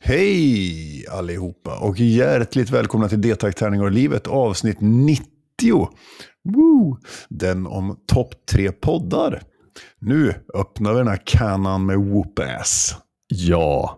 Hej allihopa och hjärtligt välkomna till D-takt tärningar och livet avsnitt 90. Woo! Den om topp 3 poddar. Nu öppnar vi den här kanan med whoop-ass. Ja.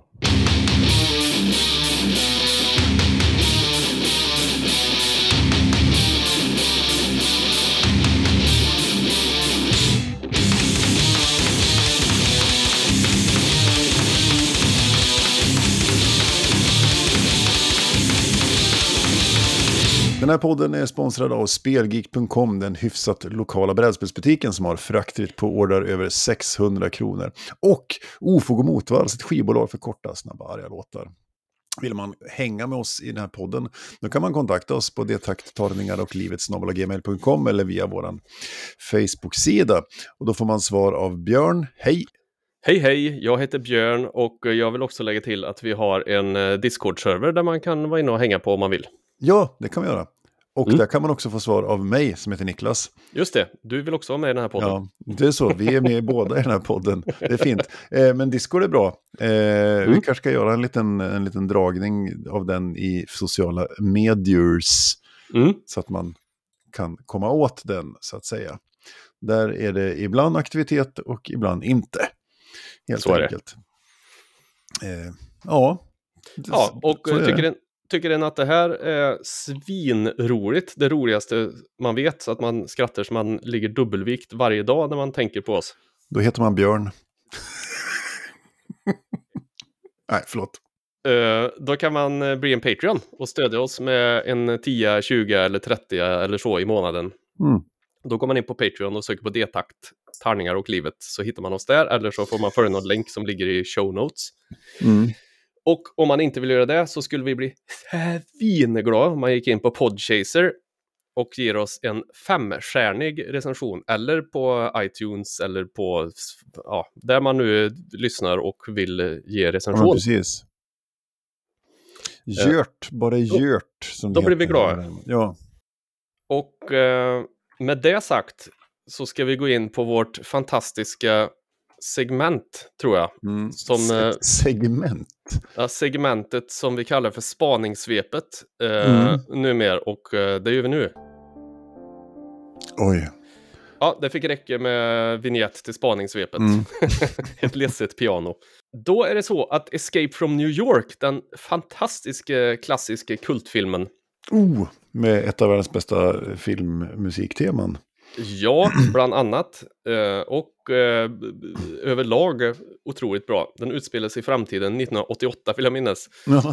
Den här podden är sponsrad av Spelgeek.com, den hyfsat lokala brädspelsbutiken som har fraktfritt på order över 600 kronor. Och Ofog och Motvalls, ett skivbolag för korta, snabba, arga låtar. Vill man hänga med oss i den här podden, då kan man kontakta oss på D-takt-tärningar och livet@gmail.com eller via vår Facebook-sida. Och då får man svar av Björn. Hej! Hej, jag heter Björn och jag vill också lägga till att vi har en Discord-server där man kan vara inne och hänga på om man vill. Ja, det kan vi göra. Och där kan man också få svar av mig som heter Niklas. Just det, du vill också vara med i den här podden. Ja, det är så. Vi är med båda i den här podden. Det är fint. Men Discord är bra. Vi kanske ska göra en liten dragning av den i sociala mediers. Så att man kan komma åt den, så att säga. Där är det ibland aktivitet och ibland inte. Helt så enkelt. Ja, och tycker den att det här är svinroligt, det roligaste man vet, så att man skrattar så man ligger dubbelvikt varje dag när man tänker på oss. Då heter man Björn. Nej, förlåt. Då kan man bli en Patreon och stödja oss med en 10, 20 eller 30 eller så i månaden. Då går man in på Patreon och söker på D-takt, tärningar och livet, så hittar man oss där, eller så får man följa någon länk som ligger i show notes. Och om man inte vill göra det så skulle vi bli svinglada om man gick in på Podchaser och ger oss en 5-stjärnig recension, eller på iTunes eller på där man nu lyssnar och vill ge recension. Ja, precis. Bara gjort. Som då blir vi glada. Ja. Och med det sagt så ska vi gå in på vårt fantastiska segment, tror jag. Segment? Ja, segmentet som vi kallar för spaningssvepet numera, och det gör vi nu. Oj. Ja, det fick räcka med vignett till spaningssvepet. Ett ledset piano. Då är det så att Escape from New York, den fantastiska klassiska kultfilmen. Med ett av världens bästa filmmusikteman. Ja, bland annat. Och överlag otroligt bra. Den utspelar sig i framtiden 1988, vill jag minnas.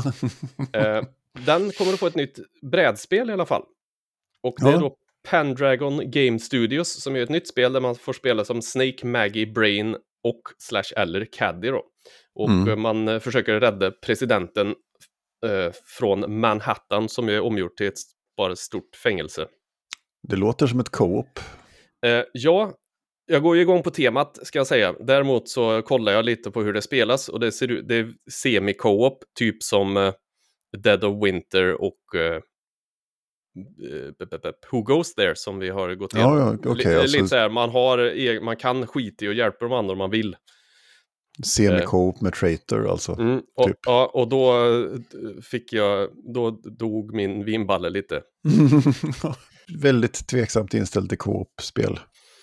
Den kommer att få ett nytt brädspel i alla fall. Och det är då Pendragon Game Studios som är ett nytt spel där man får spela som Snake, Maggie, Brain och /eller Caddy då. Och man försöker rädda presidenten från Manhattan, som är omgjort till ett bara stort fängelse. Det låter som ett co-op. Ja, jag går ju igång på temat, ska jag säga. Däremot så kollar jag lite på hur det spelas, och det är semi-co-op, typ som Dead of Winter och Who Goes There, som vi har gått igenom. Ja, okay, lite så här, man kan skita i och hjälpa de andra om man vill. Semi-co-op med Traitor alltså. Typ. Och då dog min vinballe lite. Väldigt tveksamt inställd till co-op-spel.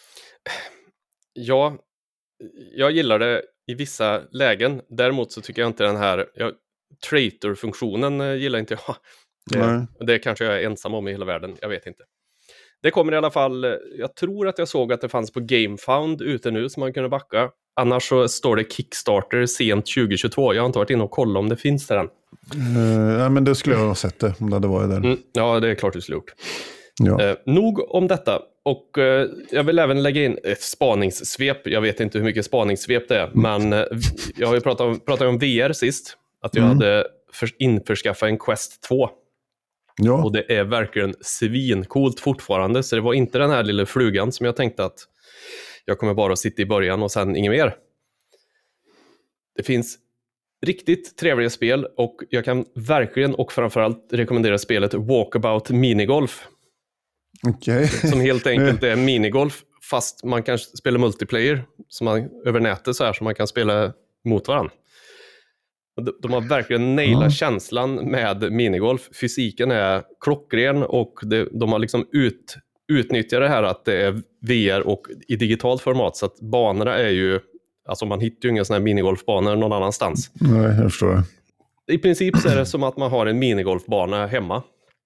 Ja, jag gillar det i vissa lägen. Däremot så tycker jag inte den här Traitor-funktionen gillar inte jag. Det kanske jag är ensam om i hela världen, jag vet inte. Det kommer i alla fall, jag tror att jag såg att det fanns på GameFound ute nu som man kunde backa. Annars så står det Kickstarter sent 2022. Jag har inte varit inne och kollat om det finns där än. Nej, men det skulle jag ha sett det om det hade varit där. Ja, det är klart du skulle gjort. Ja. Nog om detta. Och jag vill även lägga in ett spaningssvep. Jag vet inte hur mycket spaningssvep det är. Men jag har ju pratat om VR sist. Att jag hade införskaffat en Quest 2. Ja. Och det är verkligen svincoolt fortfarande. Så det var inte den här lilla flugan som jag tänkte att jag kommer bara att sitta i början och sen inget mer. Det finns riktigt trevliga spel, och jag kan verkligen och framförallt rekommendera spelet Walkabout Minigolf. Okay. Som helt enkelt är minigolf, fast man kan spela multiplayer som man, över nätet så här, så man kan spela mot varandra. De har verkligen nailat känslan med minigolf. Fysiken är klockren och de har liksom utnyttjat det här att det är VR och i digitalt format. Så att banorna är ju, alltså man hittar ju inga sådana här minigolfbanor någon annanstans. Nej, jag förstår. I princip så är det som att man har en minigolfbana hemma.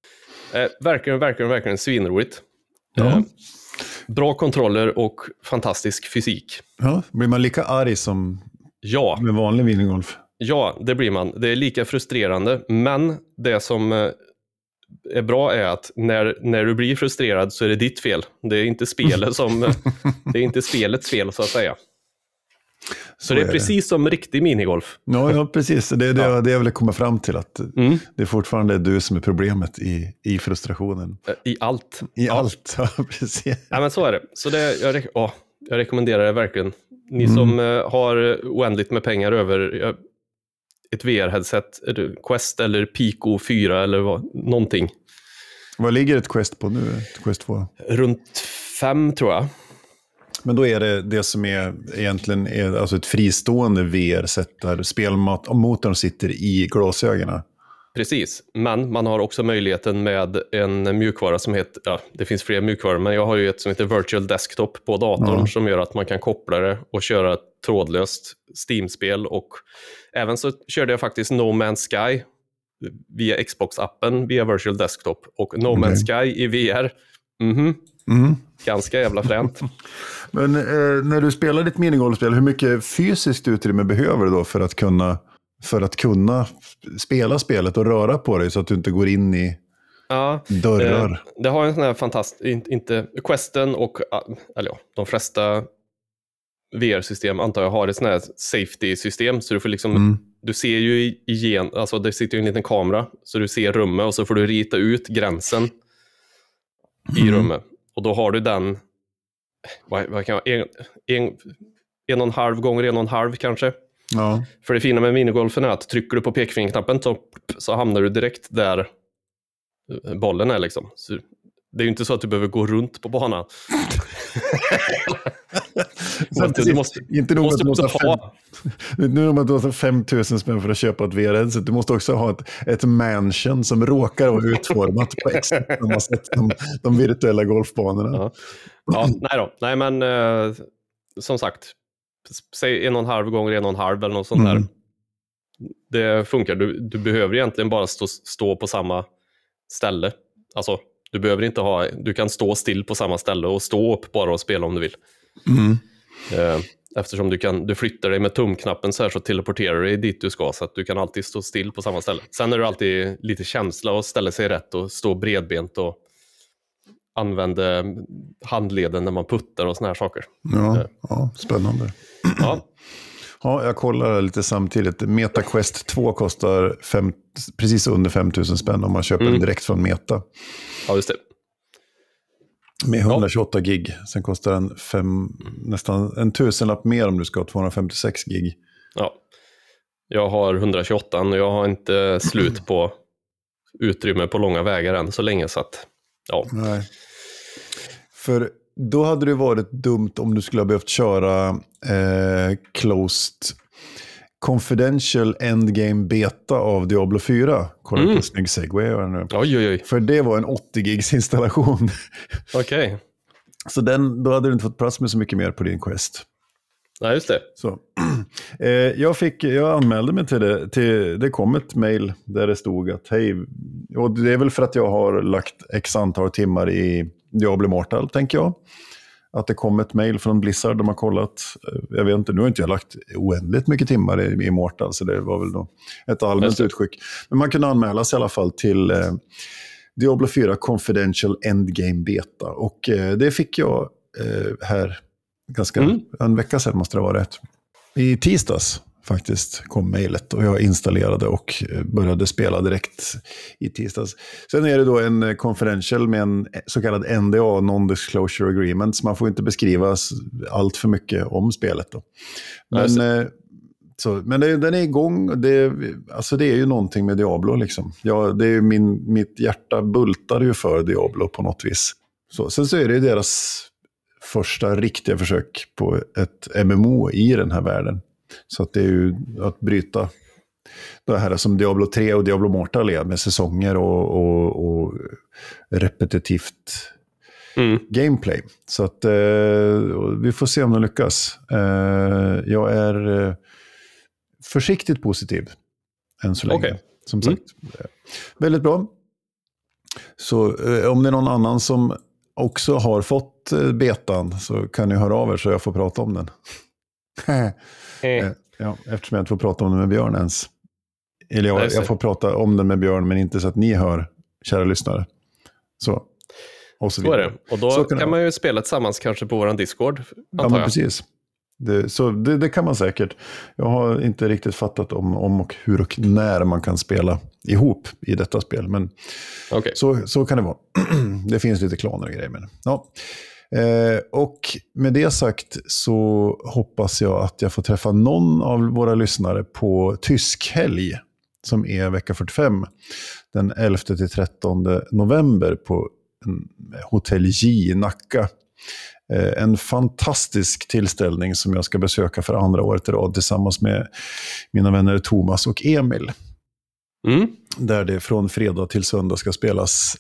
Verkligen svinroligt. Ja. Bra kontroller och fantastisk fysik. Ja, blir man lika arg som med vanlig minigolf? Ja, det blir man. Det är lika frustrerande. Men det som är bra är att när du blir frustrerad så är det ditt fel. Det är inte spelet det är inte spelets fel så att säga. Så det är precis som riktig minigolf. Ja, precis. Det är det jag vill komma fram till. Att det är fortfarande du som är problemet i frustrationen. I allt. I allt, ja, precis. Ja, men så är det. Så jag rekommenderar det verkligen. Ni som har oändligt med pengar över ett VR-headset, Quest eller Pico 4 eller någonting. Vad ligger ett Quest på nu? Ett Quest 2? Runt 5 tror jag. Men då är det som är egentligen alltså ett fristående VR-set där spelmotorn sitter i glasögonen. Precis, men man har också möjligheten med en mjukvara som heter, det finns fler mjukvaror, men jag har ju ett som heter Virtual Desktop på datorn som gör att man kan koppla det och köra ett trådlöst Steam-spel, och även så körde jag faktiskt No Man's Sky via Xbox-appen via Virtual Desktop, och No Man's Sky i VR. Ganska jävla fränt. Men när du spelar ditt minigolfspel, hur mycket fysiskt utrymme behöver du då för att kunna spela spelet och röra på dig så att du inte går in i dörrar? Det har en sån här fantastisk, inte Questen och de flesta VR-system antar jag har ett sån här safety-system, så du får liksom du ser ju igen, alltså det sitter ju en liten kamera så du ser rummet och så får du rita ut gränsen i rummet. Och då har du den vad kan jag, 1,5 gånger 1,5 kanske. Ja. För det fina med minigolfen är att trycker du på pekfingerknappen så hamnar du direkt där bollen är liksom. Så det är ju inte så att du behöver gå runt på banan. Du måste ha 5 000 spänn för att köpa ett VR-headset. Du måste också ha ett mansion som råkar vara utformat på exakt samma sätt som de virtuella golfbanorna. Nej men som sagt, säg 1,5 gånger 1,5 eller något sånt där. Det funkar. Du behöver egentligen bara stå på samma ställe. Alltså, du kan stå still på samma ställe och stå upp bara och spela om du vill. Eftersom du flyttar dig med tumknappen så här, så teleporterar du dig dit du ska, så att du kan alltid stå still på samma ställe. Sen är det alltid lite känsla att ställa sig rätt och stå bredbent och använda handleden när man puttar och såna här saker. Ja, spännande. Ja, jag kollar lite samtidigt. MetaQuest 2 kostar precis under 5 000 spänn om man köper den direkt från Meta. Ja, just det. Med 128 gig. Sen kostar den nästan en tusenlapp mer om du ska ha 256 gig. Ja, jag har 128 och jag har inte slut på utrymme på långa vägar än så länge, så att Nej. För då hade det varit dumt om du skulle ha behövt köra closed confidential endgame beta av Diablo 4. Kolla på snygg segway. Oj. För det var en 80 gigs installation. Okej. Så då hade du inte fått plats med så mycket mer på din Quest. Nej, just det. Så. Jag anmälde mig till det kom ett mejl där det stod att hej, och det är väl för att jag har lagt x antal timmar i Diablo Immortal, tänker jag. Att det kom ett mejl från Blizzard, de har kollat. Jag vet inte, nu har inte jag lagt oändligt mycket timmar i Immortal, så det var väl då ett allmänt utskick. Men man kunde anmäla sig i alla fall till Diablo 4 Confidential Endgame Beta. Och det fick jag här en vecka sedan, måste det vara rätt. I tisdags faktiskt kom mejlet och jag installerade och började spela direkt i tisdags. Sen är det då en confidential med en så kallad NDA, Non-Disclosure Agreement, så man får inte beskriva allt för mycket om spelet då. Men den är igång. Det är ju någonting med Diablo liksom. Det är mitt hjärta bultar ju för Diablo på något vis. Sen så är det deras första riktiga försök på ett MMO i den här världen. Så att det är ju att bryta det här som Diablo 3 och Diablo Immortal är med säsonger och repetitivt gameplay. Så att vi får se om de lyckas. Jag är försiktigt positiv än så länge. Okay. Som sagt. Väldigt bra. Så om det är någon annan som också har fått betan så kan ni höra av er så jag får prata om den. Ja, eftersom jag inte får prata om den med Björn ens. Eller jag får prata om den med Björn men inte så att ni hör, kära lyssnare. Så är det. Och då kan man ju spela tillsammans kanske på våran Discord, ja, men precis. Det kan man säkert. Jag har inte riktigt fattat om och hur och när man kan spela ihop i detta spel. Men så kan det vara. Det finns lite klaner och grejer. Men, ja. Och med det sagt så hoppas jag att jag får träffa någon av våra lyssnare på Tyskhelg som är vecka 45 den 11-13 november på Hotell J i Nacka. En fantastisk tillställning som jag ska besöka för andra året i rad tillsammans med mina vänner Thomas och Emil. Där det från fredag till söndag ska spelas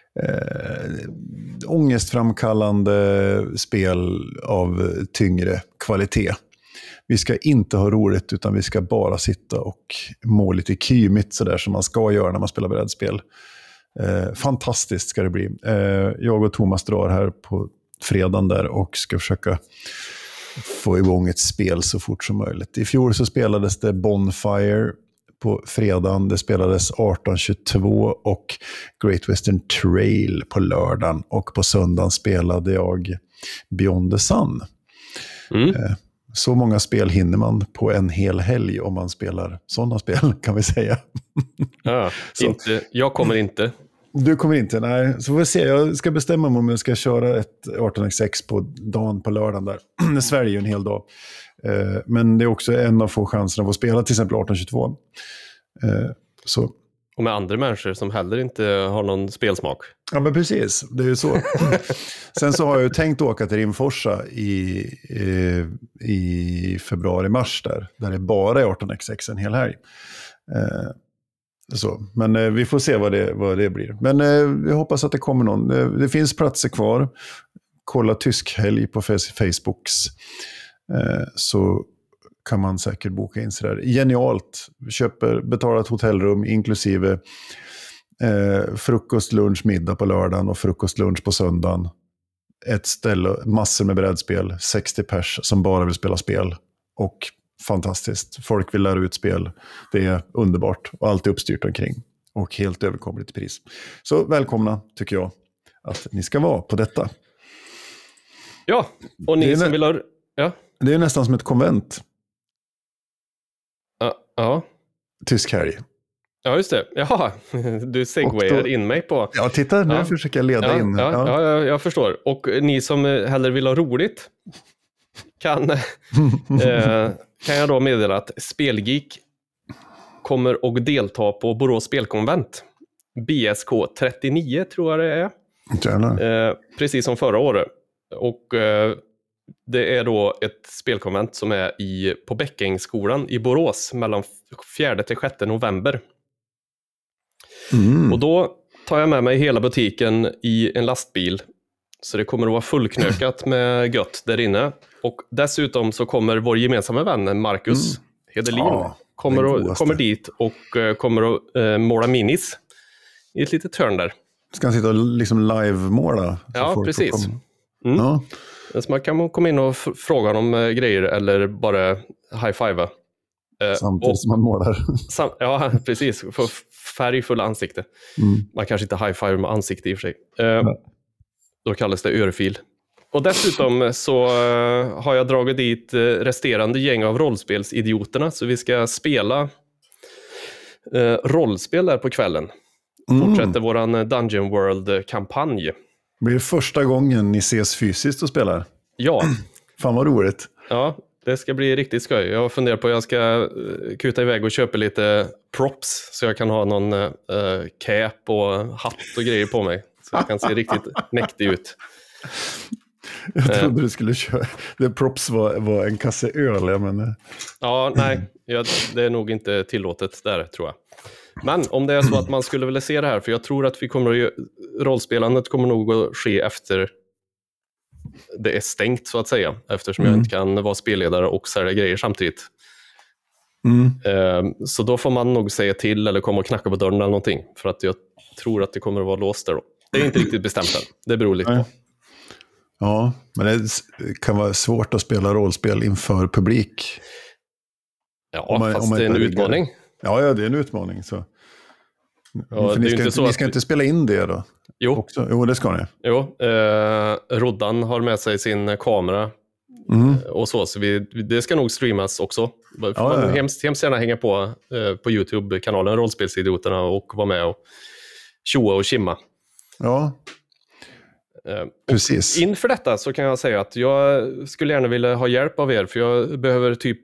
ångestframkallande spel av tyngre kvalitet. Vi ska inte ha roligt utan vi ska bara sitta och må lite kymigt sådär som man ska göra när man spelar brädspel. Fantastiskt ska det bli. Jag och Thomas drar här på fredagen där och ska försöka få igång ett spel så fort som möjligt. I fjol så spelades det Bonfire på fredagen, det spelades 1822 och Great Western Trail på lördagen och på söndagen spelade jag Beyond the Sun. Så många spel hinner man på en hel helg om man spelar sådana spel kan vi säga. Ja, jag kommer inte. Du kommer inte, nej. Så får vi se, jag ska bestämma mig om jag ska köra ett 18x6 på dagen på lördagen där. Sverige är ju en hel dag. Men det är också en av få chanserna att få spela till exempel 1822. Så. Och med andra människor som heller inte har någon spelsmak. Ja men precis, det är ju så. Sen så har jag ju tänkt åka till Rimforsa i februari-mars där det är bara 18x6 en hel helg. Så. Men vi får se vad det blir. Men vi hoppas att det kommer någon. Det finns platser kvar. Kolla Tyskhelg på Facebooks. Så kan man säkert boka in sig där. Genialt. Betalar ett hotellrum inklusive frukost, lunch, middag på lördagen och frukost, lunch på söndagen. Ett ställe, massor med brädspel. 60 pers som bara vill spela spel. Och fantastiskt. Folk vill lära ut spel. Det är underbart och allt är uppstyrt omkring. Och helt överkomligt pris. Så välkomna tycker jag att ni ska vara på detta. Ja, och ni som vill ha... Ja. Det är nästan som ett konvent. Ja. Tyskhelg. Ja, just det. Jaha, du segwayar in mig på... Ja, titta, nu försöker jag leda in. Ja, jag förstår. Och ni som hellre vill ha roligt kan jag då meddela att Spelgeek kommer att delta på Borås spelkonvent. BSK 39 tror jag det är. Precis som förra året. Och det är då ett spelkonvent som är på Bäckängsskolan i Borås mellan 4 till 6 november. Och då tar jag med mig hela butiken i en lastbil. Så det kommer att vara fullknökat med gött där inne. Och dessutom så kommer vår gemensamma vän Marcus Hedelin kommer dit och kommer att måla minis i ett litet hörn där. Ska han sitta och liksom live-måla? Ja, precis. Ja. Så man kan komma in och fråga honom grejer eller bara high-fiva. Samtidigt som man målar. Ja, precis. Få färgfulla ansikte. Man kanske inte high-five med ansikte i och för sig. Då kallas det örfil. Och dessutom så har jag dragit dit resterande gäng av rollspelsidioterna. Så vi ska spela rollspel där på kvällen. Fortsätter våran Dungeon World-kampanj. Blir det första gången ni ses fysiskt och spelar? Ja. Fan vad roligt. Ja, det ska bli riktigt skoj. Jag funderar på att jag ska kuta iväg och köpa lite props. Så jag kan ha någon cap och hatt och grejer på mig. Så jag kan se riktigt mäktig ut. Jag trodde du skulle köra. Det props var en kasse öl. Men... Ja, nej. Det är nog inte tillåtet där, tror jag. Men om det är så att man skulle vilja se det här, för jag tror att rollspelandet kommer nog att ske efter det är stängt, så att säga, eftersom jag inte kan vara spelledare och sälja grejer samtidigt. Så då får man nog säga till eller komma och knacka på dörren eller någonting, för att jag tror att det kommer att vara låst där då. Det är inte riktigt bestämt än. Det beror lite på. Ja, men det kan vara svårt att spela rollspel inför publik. Ja, fast det är en utmaning. Ja, det är en utmaning. Så. Ja, ni ska inte spela in det då? Jo. Jo, det ska ni. Jo, Roddan har med sig sin kamera och så det ska nog streamas också. Man hemskt gärna hänga på YouTube-kanalen Rollspelsidioterna och vara med och tjoa och kimma. Ja, precis. Inför detta så kan jag säga att jag skulle gärna vilja ha hjälp av er, för jag behöver typ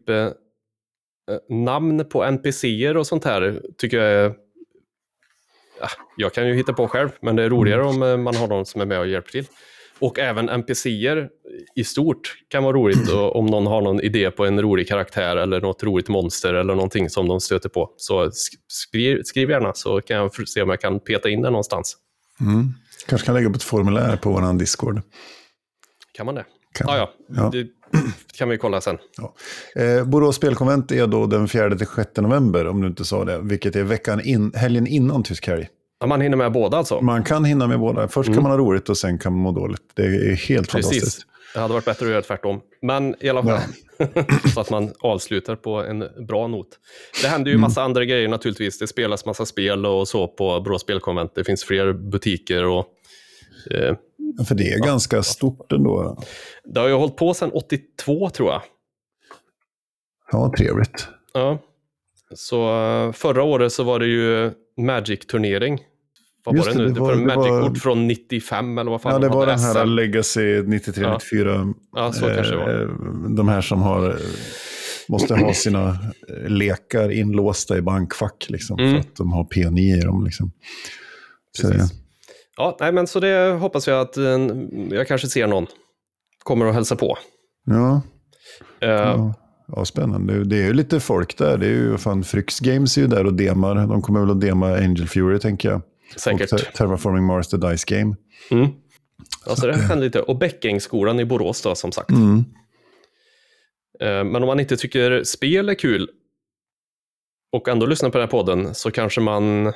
namn på NPCer och sånt här, tycker jag är... Jag kan ju hitta på själv, men det är roligare om man har någon som är med och hjälper till. Och även NPCer i stort kan vara roligt om någon har någon idé på en rolig karaktär eller något roligt monster eller någonting som de stöter på. Så skriv gärna, så kan jag se om jag kan peta in det någonstans. Kanske kan lägga upp ett formulär på vår Discord. Kan man det? Ja. Det kan vi kolla sen. Ja. Borås spelkonvent är då den 4-6 november, om du inte sa det. Vilket är helgen innan tysk helg. Ja, man hinner med båda alltså? Man kan hinna med båda. Först kan man ha roligt och sen kan man må dåligt. Det är helt fantastiskt. Det hade varit bättre att göra tvärtom. Men i alla fall, så att man avslutar på en bra not. Det händer ju massa andra grejer naturligtvis. Det spelas massa spel och så på Borås spelkonvent. Det finns fler butiker och... för det är ganska stort ändå. Det har ju hållit på sedan 82, tror jag. Ja, trevligt. Ja. Så förra året så var det ju Magic-turnering. Vad var det nu? Det var Magic-kort från 95 eller vad fan. Ja, det var den här Legacy 93-94. Ja, så kanske det var. De här som måste ha sina lekar inlåsta i bankfack liksom, för att de har PNI i dem. Liksom. Precis. Ja, nej, men så det hoppas jag att jag kanske ser någon kommer att hälsa på. Ja. Ja, spännande. Det är ju lite folk där. Det är ju Fryx Games är ju där och demar. De kommer väl att dema Angel Fury, tänker jag. Säkert. Och Terraforming Mars The Dice Game. Alltså det händer lite. Och Bäckängsskolan i Borås då, som sagt. Men om man inte tycker spel är kul och ändå lyssnar på den här podden, så kanske man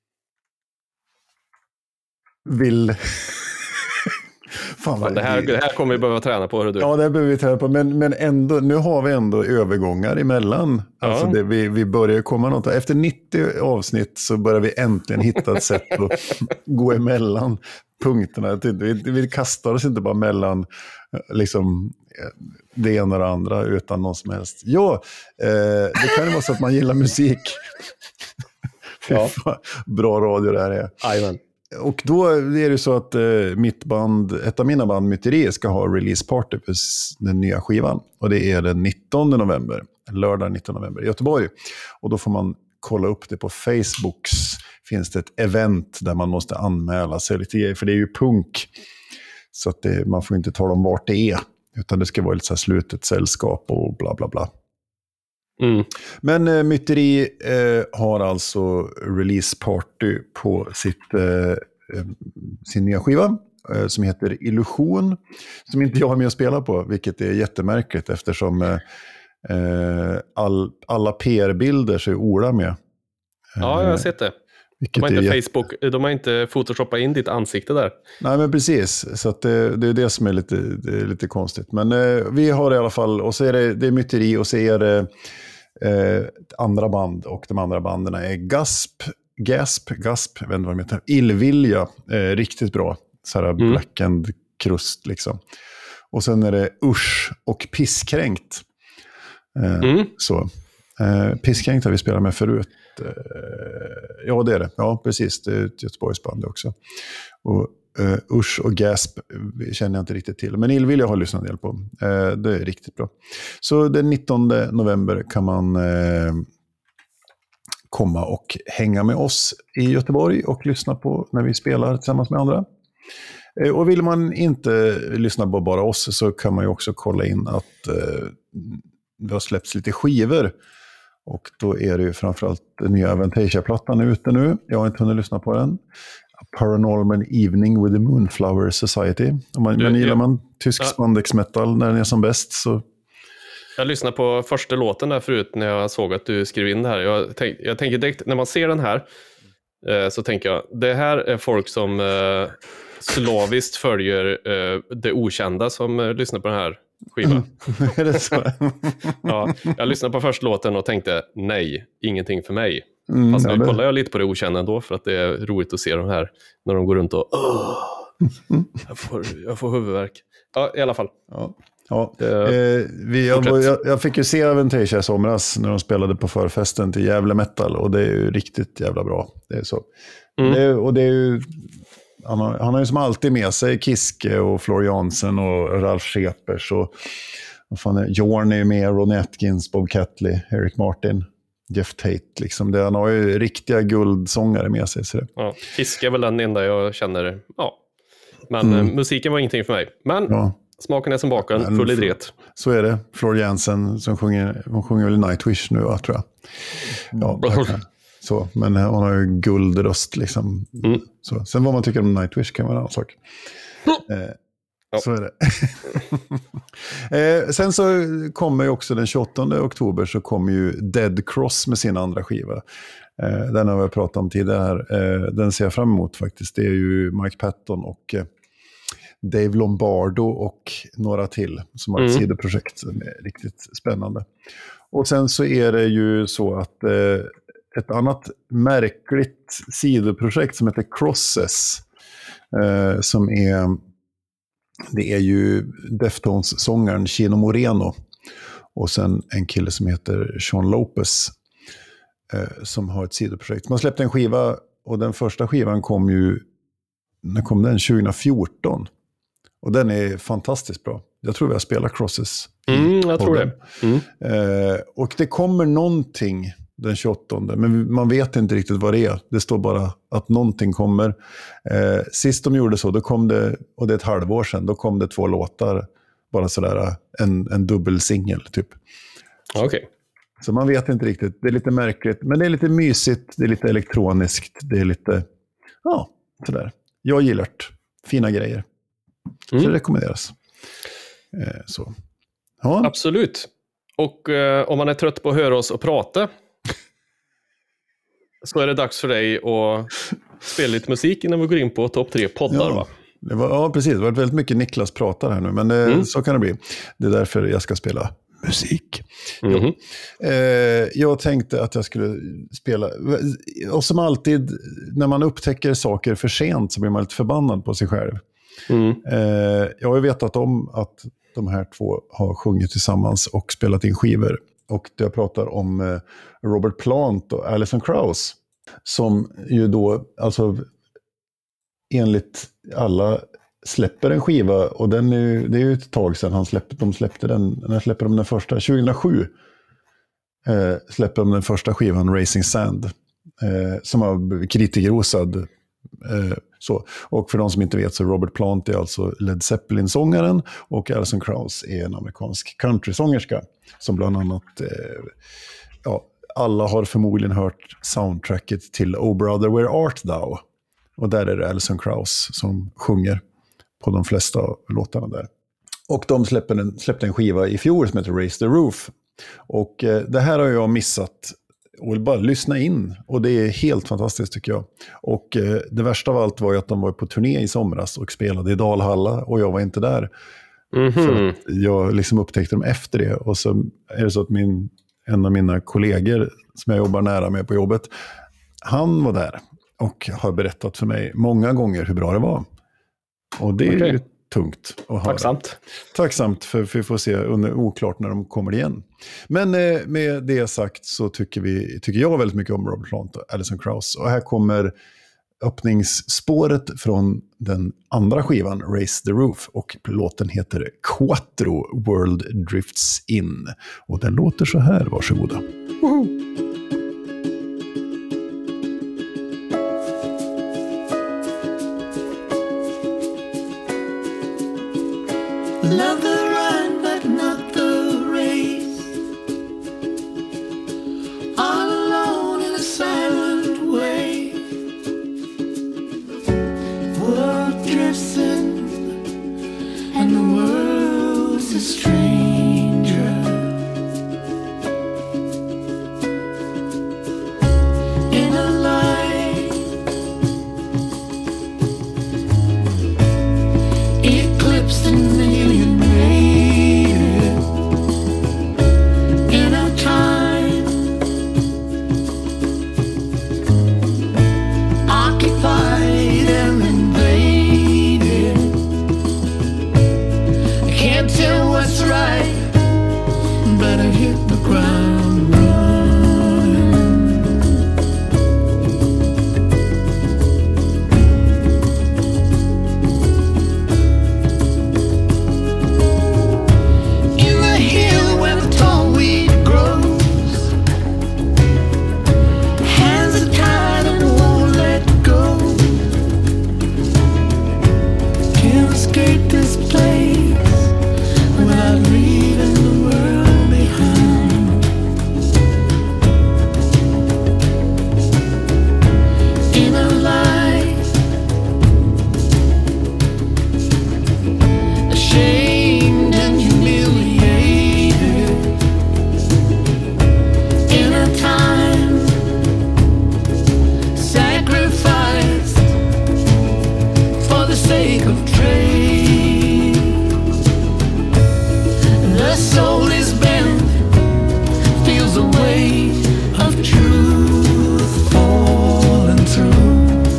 vill... Fan, det här kommer vi behöva träna på. Du. Ja, det behöver vi träna på. Men ändå, nu har vi ändå övergångar emellan. Ja. Alltså vi börjar komma något. Efter 90 avsnitt så börjar vi äntligen hitta ett sätt att gå emellan punkterna. Vi kastar oss inte bara mellan liksom, det ena och det andra utan någon som helst. Ja, det kan ju vara så att man gillar musik. Ja. Bra radio det här är. Amen. Och då är det så att ett av mina band, Myteri, ska ha release party för den nya skivan. Och det är den 19 november, lördag 19 november i Göteborg. Och då får man kolla upp det på Facebooks. Finns det ett event där man måste anmäla sig lite grejer, för det är ju punk. Så att man får inte tala om vart det är, utan det ska vara lite så här slutet sällskap och bla bla bla. Men Myteri har alltså release party på sin nya skiva som heter Illusion, som inte jag har med att spela på, vilket är jättemärkligt eftersom alla PR-bilder så är Ola med. Ja, jag har sett det. De har inte Facebook, de har inte photoshoppat in ditt ansikte där. Nej, men precis. Så att det är det som är lite konstigt. Men vi har det i alla fall, och så är det Myteri, och så är det andra band, och de andra banden är Gasp, jag vet inte vad de heter, Illvilja, riktigt bra, så här black and krust liksom. Och sen är det Usch och Pisskränkt. Så Pisskränkt har vi spelat med förut. Ja, det är det. Ja, precis, det är ett Göteborgsband också. Och Usch och Gasp känner jag inte riktigt till. Men Illvilja har lyssnat en del på. Det är riktigt bra. Så den 19 november kan man komma och hänga med oss i Göteborg och lyssna på när vi spelar tillsammans med andra. Och vill man inte lyssna på bara oss så kan man ju också kolla in att det har släppts lite skivor. Och då är det ju framförallt den nya Avantasia-plattan ute nu. Jag har inte hunnit lyssna på den. Paranormal Evening with the Moonflower Society. Men gillar man tysk spandex metal när den är som bäst så... Jag lyssnade på första låten där förut när jag såg att du skrev in det här. Jag tänker direkt, när man ser den här så tänker jag, det här är folk som slaviskt följer det okända som lyssnar på den här skivan. Är det så? Ja, jag lyssnade på första låten och tänkte, nej, ingenting för mig. Fast nu kollar jag lite på det okända ändå för att det är roligt att se de här när de går runt och jag får huvudvärk. Ja, i alla fall. Ja, jag fick ju se Avantasia i somras när de spelade på förfesten till Gävle Metal och det är ju riktigt jävla bra. Det är så. Och det är ju, han har ju som alltid med sig Kiske och Floor Jansen och Ralf Schepers och Jorn är med, Ronny Atkins, Bob Catley, Eric Martin, Jeff Tate. Liksom. Han har ju riktiga guldsångare med sig. Så det. Ja, Kiske är väl den enda jag känner. Ja. Men musiken var ingenting för mig. Men smaken är som baken, full i dret. Så är det. Floor Jansen som sjunger väl Nightwish nu, tror jag. Ja, så, men hon har ju guldröst liksom. Så. Sen vad man tycker om Nightwish kan vara en annan sak. Så är det. Sen så kommer ju också den 28 oktober så kommer ju Dead Cross med sin andra skiva. Den har vi pratat om tidigare här. Den ser jag fram emot faktiskt. Det är ju Mike Patton och Dave Lombardo och några till som har ett sidoprojekt som är riktigt spännande. Och sen så är det ju så att ett annat märkligt sidoprojekt som heter Crosses som det är ju Deftones-sångaren Chino Moreno och sen en kille som heter Sean Lopez som har ett sidoprojekt. Man släppte en skiva och den första skivan kom ju 2014 och den är fantastiskt bra. Jag tror vi har spelat Crosses. Jag tror det. Och det kommer någonting den 28, men man vet inte riktigt vad det är. Det står bara att någonting kommer. Sist de gjorde så, då kom det, och det är ett halvår sedan, då kom det 2 låtar, bara sådär en dubbelsingel typ. Okej. Så man vet inte riktigt, det är lite märkligt, men det är lite mysigt, det är lite elektroniskt, det är lite, sådär. Jag gillar det, fina grejer. Så det rekommenderas. Så. Ja. Absolut. Och om man är trött på att höra oss och prata så är det dags för dig att spela lite musik innan vi går in på topp 3 poddar, va? Precis. Det var väldigt mycket Niklas pratar här nu, men så kan det bli. Det är därför jag ska spela musik. Jag tänkte att jag skulle spela, och som alltid när man upptäcker saker för sent så blir man lite förbannad på sig själv. Jag har ju vetat om att de här två har sjungit tillsammans och spelat in skivor. Och jag pratar om Robert Plant och Alison Krauss. Som ju då, alltså enligt alla, släpper en skiva. Och det är ju ett tag sedan de släppte den. När släpper de den första? 2007 släpper de den första skivan, Racing Sand. Som var kritikerrosad. Så. Och för de som inte vet så Robert Plant är alltså Led Zeppelin-sångaren och Alison Krauss är en amerikansk countrysångerska som bland annat alla har förmodligen hört soundtracket till Oh Brother Where Art Thou, och där är det Alison Krauss som sjunger på de flesta låtarna där. Och de släppte en skiva i fjol som heter Raise the Roof, och det här har jag missat och bara lyssna in. Och det är helt fantastiskt tycker jag. Och det värsta av allt var ju att de var på turné i somras och spelade i Dalhalla och jag var inte där. För att jag liksom upptäckte dem efter det. Och så är det så att en av mina kollegor som jag jobbar nära med på jobbet, han var där och har berättat för mig många gånger hur bra det var. Och det är ju tungt att höra. Tacksamt, för vi får se oklart när de kommer igen. Men med det sagt så tycker jag väldigt mycket om Robert Plant och Alison Krauss. Och här kommer öppningsspåret från den andra skivan, Raise the Roof. Och låten heter Quattro World Drifts In. Och den låter så här, varsågoda. love the run but not the race. All alone in a silent way. World drifts in and the world's a stranger. In a light eclipsed and alienated. In a time occupied and invaded. I can't tell what's right, better hit the ground running. In the hill where the tall weed grows, hands are tied and won't let go. Can't escape this place without leaving the world behind. In a life ashamed and humiliated. In a time sacrificed for the sake of trade. The soul is bent, feels the weight of truth falling through.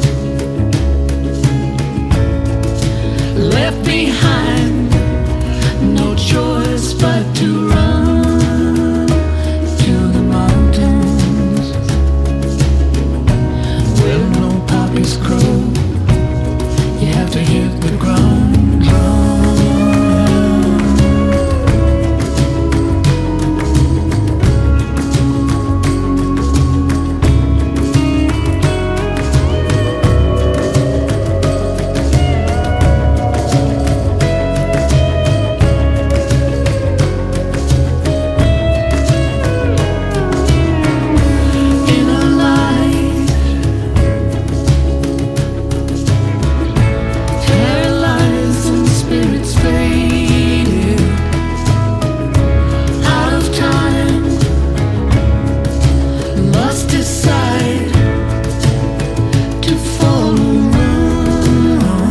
Left behind, no choice but to run to the mountains where no poppies grow. You have to hit the ground running. In a light paralyzed and spirits faded. Out of time, must decide to follow on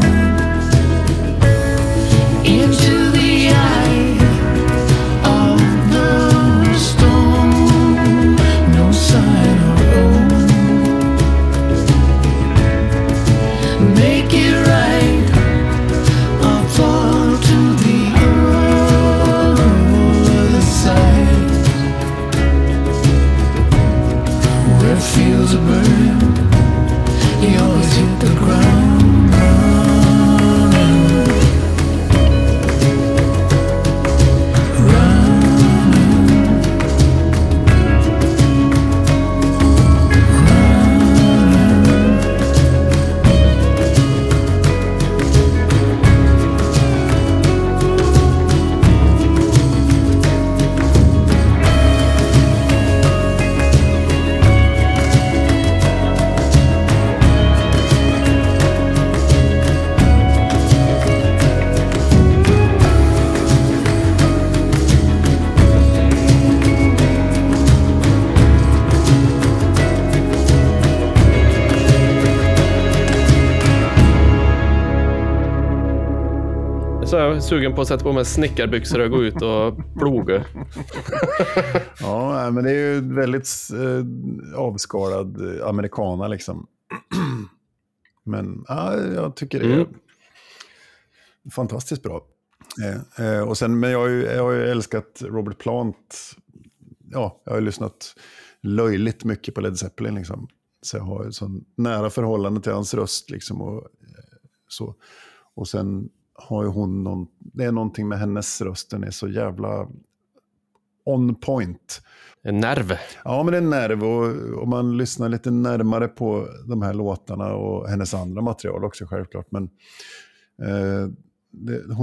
into the eye of the storm. No sign of home. Make it right or fall to the other side. Where fields are burning, you always hit the ground running. Så jag är sugen på att sätta på mig snickarbyxor och gå ut och ploga. Ja, men det är ju väldigt avskalad amerikana liksom. Men ja, jag tycker det är fantastiskt bra. Och sen, men jag har ju älskat Robert Plant. Ja, jag har ju lyssnat löjligt mycket på Led Zeppelin liksom. Så jag har ett sån nära förhållande till hans röst liksom och så. Och sen har ju hon det är någonting med hennes röst, den är så jävla on point. En nerv. Ja, men det är en nerv, och om man lyssnar lite närmare på de här låtarna och hennes andra material också självklart, men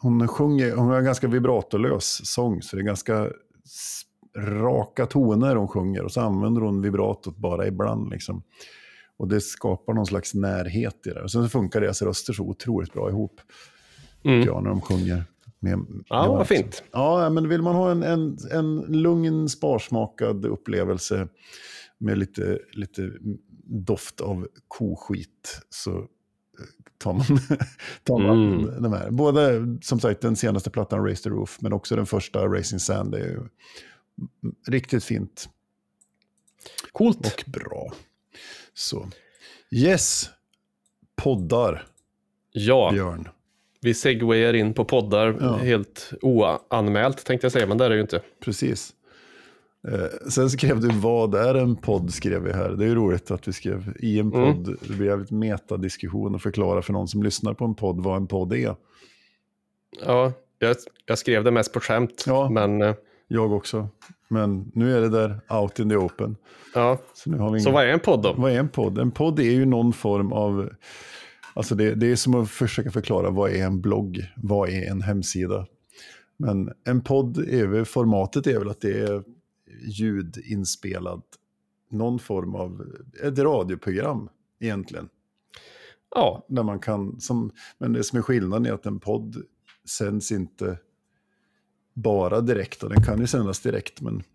hon har en ganska vibratolös sång, så det är ganska raka toner hon sjunger, och så använder hon vibratot bara ibland liksom. Och det skapar någon slags närhet i det. Och sen så funkar deras röster så otroligt bra ihop. Ja, när de sjunger. Vad fint. Ja, men vill man ha en lugn, sparsmakad upplevelse med lite doft av koskit, så tar man de här. Både, som sagt, den senaste plattan Raise the Roof, men också den första Racing Sand. Det är ju riktigt fint. Coolt. Och bra. Så. Yes. Poddar. Ja. Björn. Vi segwayar in på poddar helt oanmält, tänkte jag säga, men det är det ju inte. Precis. Sen skrev du, vad är en podd, skrev vi här. Det är ju roligt att vi skrev i en podd. Det blir jävligt metadiskussion och förklara för någon som lyssnar på en podd vad en podd är. Ja, jag skrev det mest på skämt. Ja, men jag också. Men nu är det där out in the open. Ja, så vad är en podd då? Vad är en podd? En podd är ju någon form av... Alltså det är som att försöka förklara, vad är en blogg? Vad är en hemsida? Men en podd formatet är väl att det är ljudinspelat, någon form av ett radioprogram egentligen. Ja. Där man kan, men det som är skillnaden är att en podd sänds inte bara direkt, och den kan ju sändas direkt, men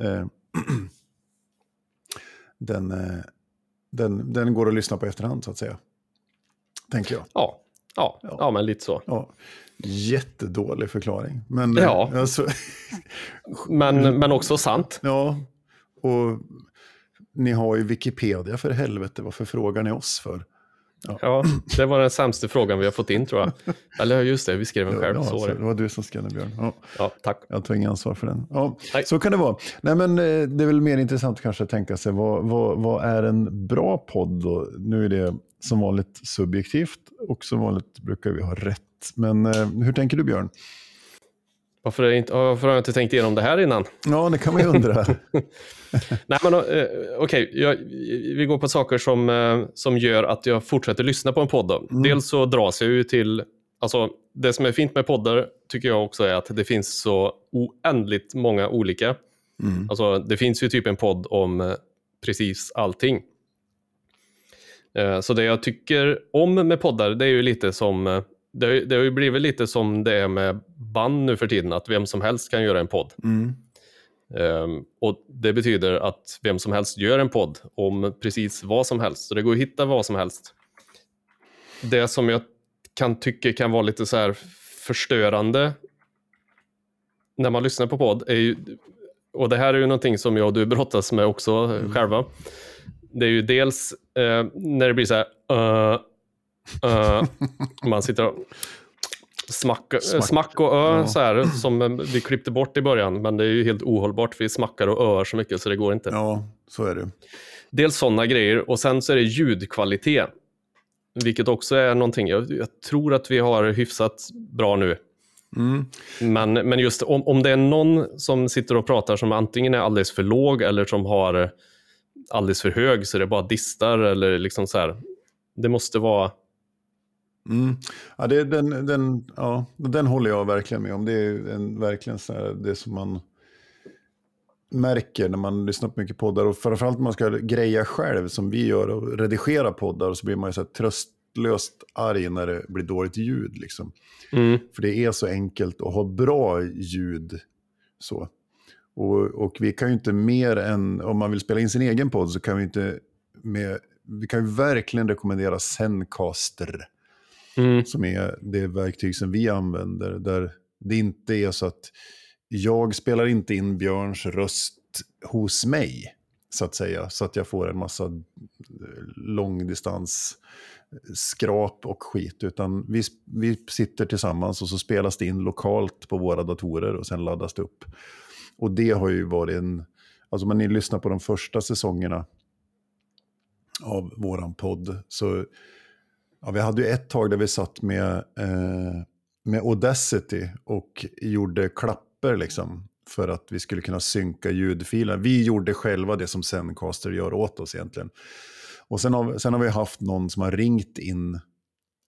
den går att lyssna på efterhand, så att säga. Tänker jag. Ja, men lite så. Ja. Jättedålig förklaring. Men, ja. Alltså, men också sant. Ja, och ni har ju Wikipedia, för helvete. Varför frågar ni oss för? Ja, det var den sämsta frågan vi har fått in, tror jag. Eller just det, vi skrev den själv. Ja, så det var du som skrev den, Björn. Ja, tack. Jag tar ingen ansvar för den. Ja, så kan det vara. Nej, men det är väl mer intressant kanske att tänka sig, vad är en bra podd då? Nu är det som vanligt subjektivt, och som vanligt brukar vi ha rätt. Men hur tänker du, Björn? Varför har jag inte tänkt igenom det här innan? Ja, det kan man ju undra. Nej, men okej. Vi går på saker som gör att jag fortsätter lyssna på en podd då. Dels så dras jag ju till... Alltså, det som är fint med poddar tycker jag också är att det finns så oändligt många olika. Alltså, det finns ju typ en podd om precis allting. Så det jag tycker om med poddar, det är ju lite som... Det har ju blivit lite som det är med band nu för tiden, att vem som helst kan göra en podd. Och det betyder att vem som helst gör en podd om precis vad som helst. Så det går att hitta vad som helst. Det som jag kan tycka kan vara lite så här förstörande när man lyssnar på podd är ju, och det här är ju någonting som jag och du brottas med också själva. Det är ju dels när det blir så här man sitter och smack och så här, som vi klippte bort i början, men det är ju helt ohållbart, vi smackar och så mycket så det går inte. Ja, så är det. Dels sådana grejer, och sen så är det ljudkvalitet, vilket också är någonting jag tror att vi har hyfsat bra nu. Men just om det är någon som sitter och pratar som antingen är alldeles för låg eller som har alldeles för hög, så det bara distar eller liksom så här, det måste vara... Ja, den håller jag verkligen med om. Det är verkligen så här, det som man märker när man lyssnar på mycket poddar, och framförallt när man ska greja själv som vi gör och redigera poddar, och så blir man ju så här tröstlöst arg när det blir dåligt ljud liksom. För det är så enkelt att ha bra ljud så. Och vi kan ju inte mer än, om man vill spela in sin egen podd, så kan vi inte vi kan ju verkligen rekommendera Zencaster. Som är det verktyg som vi använder, där det inte är så att jag spelar inte in Björns röst hos mig, så att säga, så att jag får en massa långdistans skrap och skit, utan vi sitter tillsammans och så spelas det in lokalt på våra datorer och sen laddas det upp. Och det har ju varit alltså om ni lyssnar på de första säsongerna av våran podd, så vi hade ju ett tag där vi satt med Audacity och gjorde klapper liksom, för att vi skulle kunna synka ljudfiler. Vi gjorde själva det som Zencaster gör åt oss egentligen. Och sen har vi haft någon som har ringt in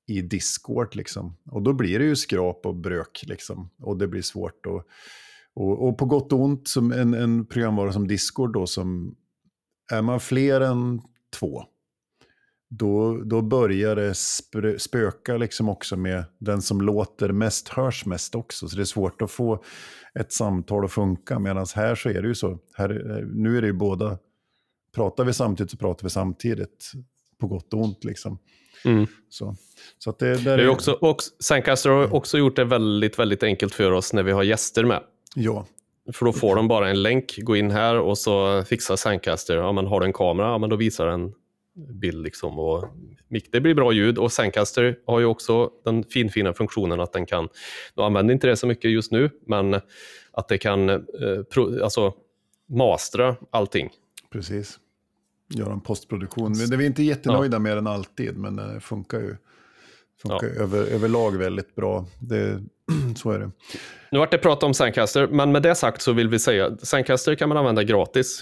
i Discord liksom. Och då blir det ju skrap och brök liksom. Och det blir svårt. Och på gott och ont, som en programvara som Discord då, som är man fler än 2, då börjar det spöka liksom också med den som låter mest, hörs mest också. Så det är svårt att få ett samtal att funka. Medan här så är det ju så. Nu är det ju båda, pratar vi samtidigt så pratar vi samtidigt. På gott och ont liksom. Så att det är också, och Zencastr har också gjort det väldigt, väldigt enkelt för oss när vi har gäster med. Ja. För då får de bara en länk, gå in här och så fixar Zencastr. Ja, men har du en kamera, ja, men då visar den bild liksom. Och det blir bra ljud. Och Zencastr har ju också den fina funktionen att den kan, då använder inte det så mycket just nu, men att det kan mastra allting. Precis. Göra en postproduktion. Det är vi inte jättenöjda med den alltid, men det funkar ju överlag väldigt bra. Så är det. Nu vart det prat om Zencastr, men med det sagt så vill vi säga Zencastr kan man använda gratis.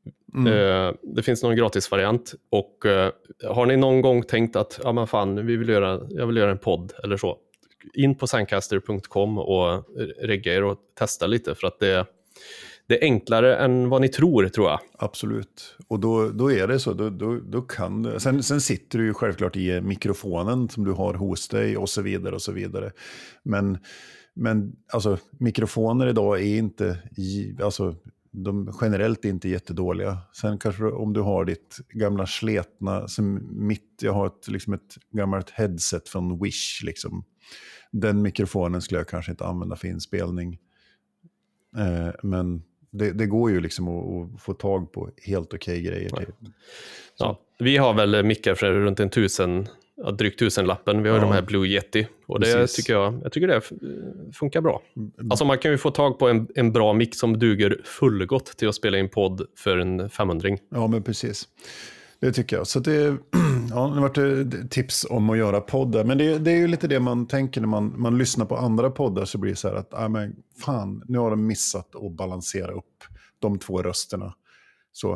Det finns någon gratisvariant, och har ni någon gång tänkt att ja men fan, jag vill göra en podd eller så, in på zencastr.com och regga er och testa lite, för att det är enklare än vad ni tror jag. Absolut. Och då är det så, då kan det. Sen sitter du ju självklart i mikrofonen som du har hos dig och så vidare och så vidare. Men alltså mikrofoner idag är inte, alltså de generellt inte jättedåliga. Sen kanske om du har ditt gamla sletna, jag har ett gammalt headset från Wish liksom. Den mikrofonen skulle jag kanske inte använda för inspelning. Men det går ju liksom att få tag på helt okej grejer. Ja, vi har väl mickar för runt drygt 1000-lappen. Vi har de här Blue Yeti. Och det tycker det funkar bra. Alltså man kan ju få tag på en bra mick som duger fullgott till att spela in podd för en 500-ring. Ja, men precis. Det tycker jag. Så det har varit tips om att göra poddar. Men det är ju lite det man tänker när man lyssnar på andra poddar, så blir det så här att men fan, nu har de missat att balansera upp de 2 rösterna. Så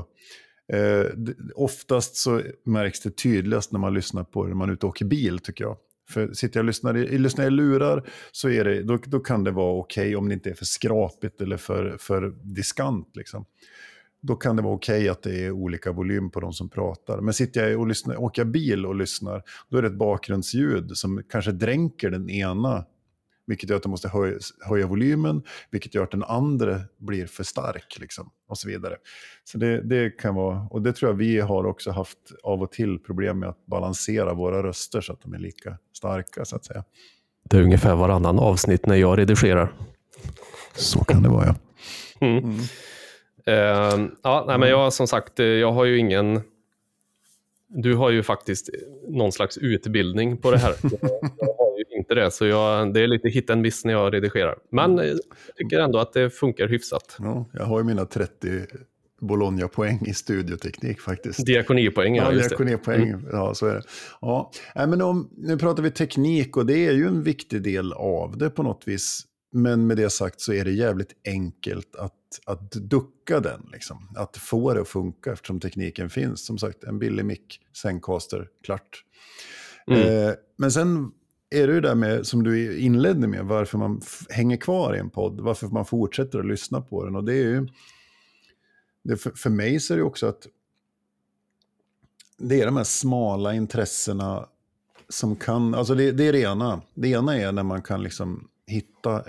oftast så märks det tydligast när man lyssnar på det när man är ute och åker bil, tycker jag. För sitter jag och lyssnar i lurar, så är det, då kan det vara okej om det inte är för skrapigt eller för diskant liksom. Då kan det vara okej att det är olika volym på de som pratar. Men sitter jag och åker bil och lyssnar, då är det ett bakgrundsljud som kanske dränker den ena, vilket gör att jag måste höja volymen, vilket gör att den andra blir för stark liksom, och så vidare. Så det kan vara, och det tror jag vi har också haft av och till problem med att balansera våra röster så att de är lika starka, så att säga. Det är ungefär varannan avsnitt när jag redigerar. Så kan det vara, ja. Men jag, som sagt, jag har ju ingen. Du har ju faktiskt någon slags utbildning på det här. Jag har ju inte det, så det är lite hit and miss när jag redigerar. Men jag tycker ändå att det funkar hyfsat. Ja, jag har ju mina 30 Bologna-poäng i studioteknik faktiskt. Diakonipoäng, ja, just diakonipoäng. Ja, så är det. Ja, men nu pratar vi teknik, och det är ju en viktig del av det på något vis. Men med det sagt så är det jävligt enkelt att ducka den. Liksom. Att få det att funka eftersom tekniken finns. Som sagt, en billig mick, Zencastr, klart. Men sen är det ju där med, som du inledde med, varför man hänger kvar i en podd. Varför man fortsätter att lyssna på den. Och det är ju, för mig så är det också att det är de här smala intressena som kan, alltså det är det ena. Det ena är när man kan liksom hitta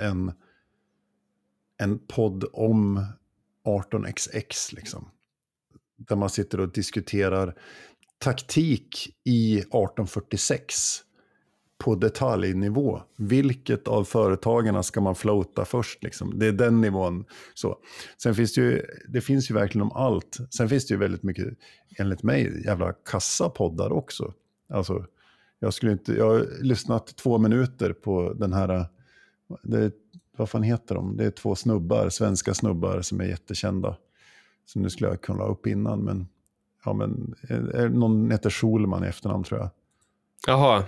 en podd om 18xx liksom. Där man sitter och diskuterar taktik i 1846 på detaljnivå. Vilket av företagarna ska man floata först liksom? Det är den nivån. Så. Sen finns det finns ju verkligen om allt. Sen finns det ju väldigt mycket, enligt mig, jävla kassapoddar också. Alltså, jag har lyssnat 2 minuter på den här, vad fan heter de? Det är 2 svenska snubbar som är jättekända. Så nu skulle jag kunna ha upp innan, men någon heter Schulman i efternamn, tror jag. Jaha.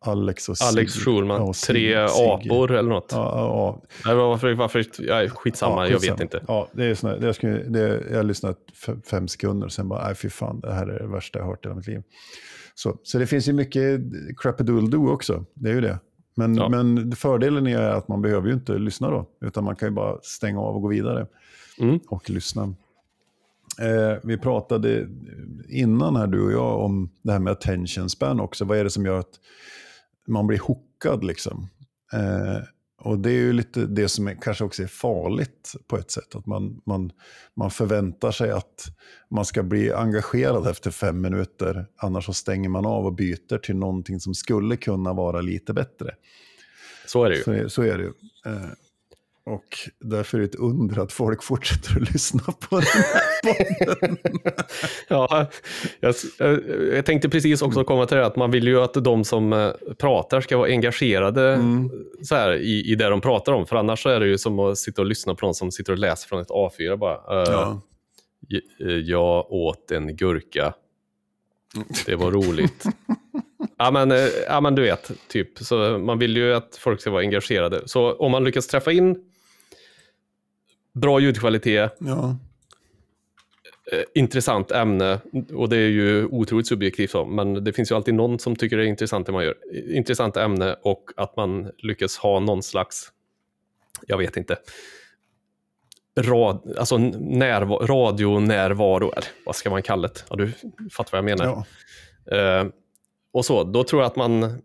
Alex Schulman, ja, 3 apor eller något. Ja. Varför ja, skitsamma, jag vet inte. Ja, det är såna, jag har lyssnat 5 sekunder och sen bara, nej fy fan, det här är det värsta jag har hört i hela mitt liv. Så det finns ju mycket crap-a-doodle-doo också, det är ju det. Men fördelen är att man behöver ju inte lyssna då, utan man kan ju bara stänga av och gå vidare och lyssna. Vi pratade innan här, du och jag, om det här med attention span också. Vad är det som gör att man blir hookad liksom? Och det är ju lite det som kanske också är farligt på ett sätt. Att man förväntar sig att man ska bli engagerad efter 5 minuter. Annars så stänger man av och byter till någonting som skulle kunna vara lite bättre. Så är det ju. Så är det ju. Och därför är det ett under att folk fortsätter att lyssna på den här podden. Ja, jag tänkte precis också komma till det att man vill ju att de som pratar ska vara engagerade så här, i det de pratar om. För annars så är det ju som att sitta och lyssna på någon som sitter och läser från ett A4 bara. Jag åt en gurka. Det var roligt. Ja men du vet, typ. Så man vill ju att folk ska vara engagerade. Så om man lyckas träffa in bra ljudkvalitet, intressant ämne, och det är ju otroligt subjektivt så, men det finns ju alltid någon som tycker det är intressant det man gör. Intressant ämne och att man lyckas ha någon slags, jag vet inte, radionärvaro, vad ska man kalla det? Ja, du fattar vad jag menar. Ja. Och så, då tror jag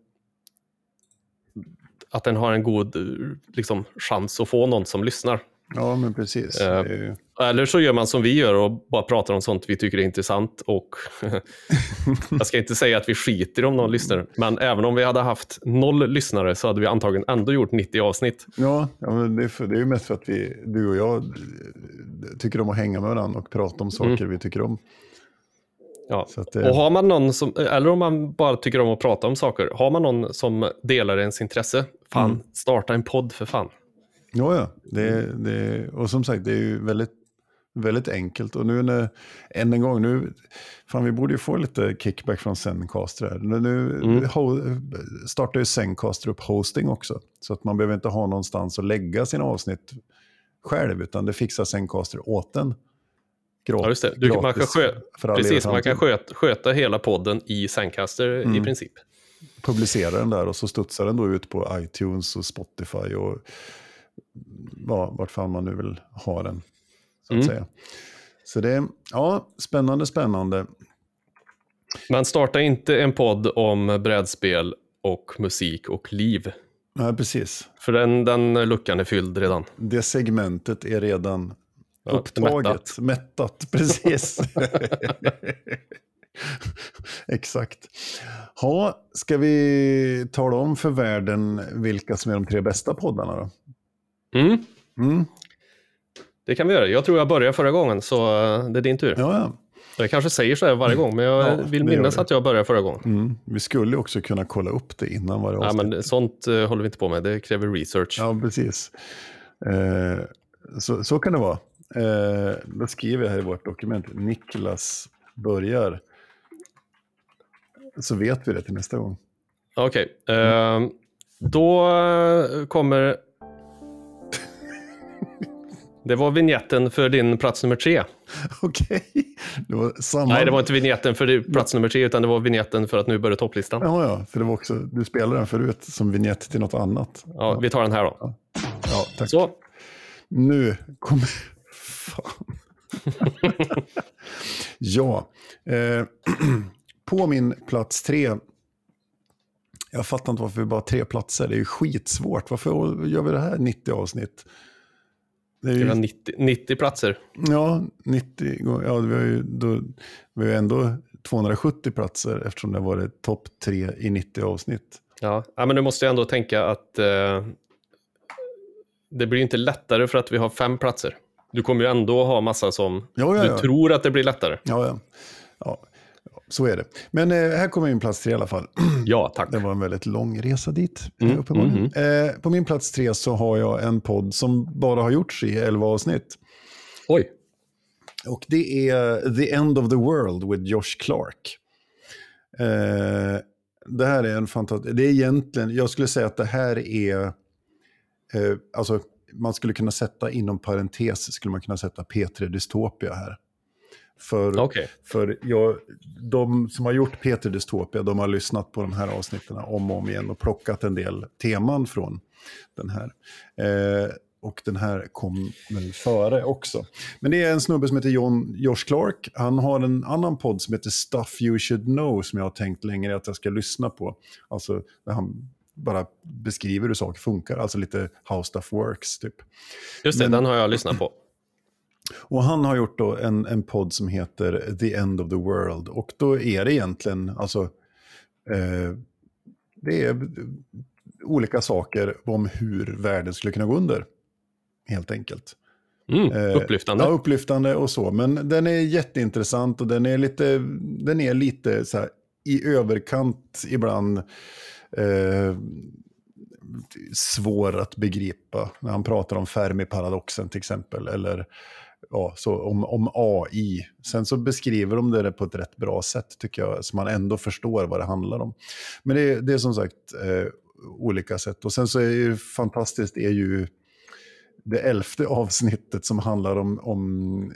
att den har en god liksom, chans att få någon som lyssnar. Ja, men precis. Eller så gör man som vi gör och bara pratar om sånt vi tycker är intressant. Och jag ska inte säga att vi skiter om någon lyssnar, men även om vi hade haft 0 lyssnare så hade vi antagligen ändå gjort 90 avsnitt. Ja, men det är ju mest för att du och jag tycker om att hänga med varandra och prata om saker vi tycker om. Ja. Och har man någon som, eller om man bara tycker om att prata om saker, har man någon som delar ens intresse, starta en podd för fan. Ja. Och som sagt, det är ju väldigt, väldigt enkelt. Och nu än en gång, vi borde ju få lite kickback från Zencaster här. Nu startar ju Zencaster upp hosting också. Så att man behöver inte ha någonstans att lägga sina avsnitt själv, utan det fixar Zencaster åt en. Ja, just det. Man kan sköta hela podden i Zencaster i princip. Publicera den där och så studsar den då ut på iTunes och Spotify och vart fan man nu vill ha den, så att säga. Så det är, spännande. Man startar inte en podd om brädspel och musik och liv. Nej, precis. För den luckan är fylld redan. Det segmentet är redan upptaget. Mättat, precis. Exakt. Ska vi tala om för världen vilka som är de 3 bästa poddarna då? Det kan vi göra. Jag tror jag började förra gången, så det är din tur. Ja. Jag kanske säger så här varje gång, men jag vill minnas att jag började förra gången. Vi skulle också kunna kolla upp det innan varje avsnitt. Ja, men sånt håller vi inte på med. Det kräver research. Ja, precis. Så kan det vara. Då skriver jag här i vårt dokument, Niklas börjar. Så vet vi det till nästa gång. Okej. Då kommer... Det var vignetten för din plats nummer 3. Okej. Nej, det var inte vignetten för plats nummer 3, utan det var vignetten för att nu börjar topplistan. Ja, för det var också, du spelade den förut som vignett till något annat. Ja, vi tar den här då. Ja, tack. Så. Nu kommer... Fan. Ja. På min plats 3... Jag fattar inte varför vi bara har 3 platser. Det är ju skitsvårt. Varför gör vi det här 90 avsnitt? Det är ju 90 platser. Ja, 90 gånger. Ja, vi har ju ändå 270 platser eftersom det var topp 3 i 90 avsnitt. Ja, men du måste ju ändå tänka att det blir inte lättare för att vi har 5 platser. Du kommer ju ändå ha massa som du tror att det blir lättare. Ja, så är det. Men här kommer min plats 3 i alla fall. Ja, tack. Det var en väldigt lång resa dit. På min plats 3 så har jag en podd som bara har gjorts i 11 avsnitt. Oj. Och det är The End of the World with Josh Clark. Det här är en fantastisk... Det är egentligen... Jag skulle säga att det här är... alltså, man skulle kunna sätta inom parentes, skulle man kunna sätta P3 Dystopia här. För de som har gjort P3 Dystopia, de har lyssnat på de här avsnitten om och om igen och plockat en del teman från den här. Och den här kom väl före också. Men det är en snubbe som heter Josh Clark. Han har en annan podd som heter Stuff You Should Know som jag har tänkt länge att jag ska lyssna på. Alltså där han bara beskriver hur saker funkar. Alltså lite How Stuff Works typ. Just det, den har jag lyssnat på. Och han har gjort då en podd som heter The End of the World. Och då är det egentligen, alltså, det är olika saker om hur världen skulle kunna gå under. Helt enkelt. Upplyftande. Ja, upplyftande och så. Men den är jätteintressant och den är lite så här, i överkant ibland svår att begripa. När han pratar om Fermi-paradoxen till exempel. Eller ja, så om AI. Sen så beskriver de det på ett rätt bra sätt tycker jag. Så man ändå förstår vad det handlar om. Men det är som sagt olika sätt. Och sen så är ju fantastiskt är ju det 11:e avsnittet som handlar om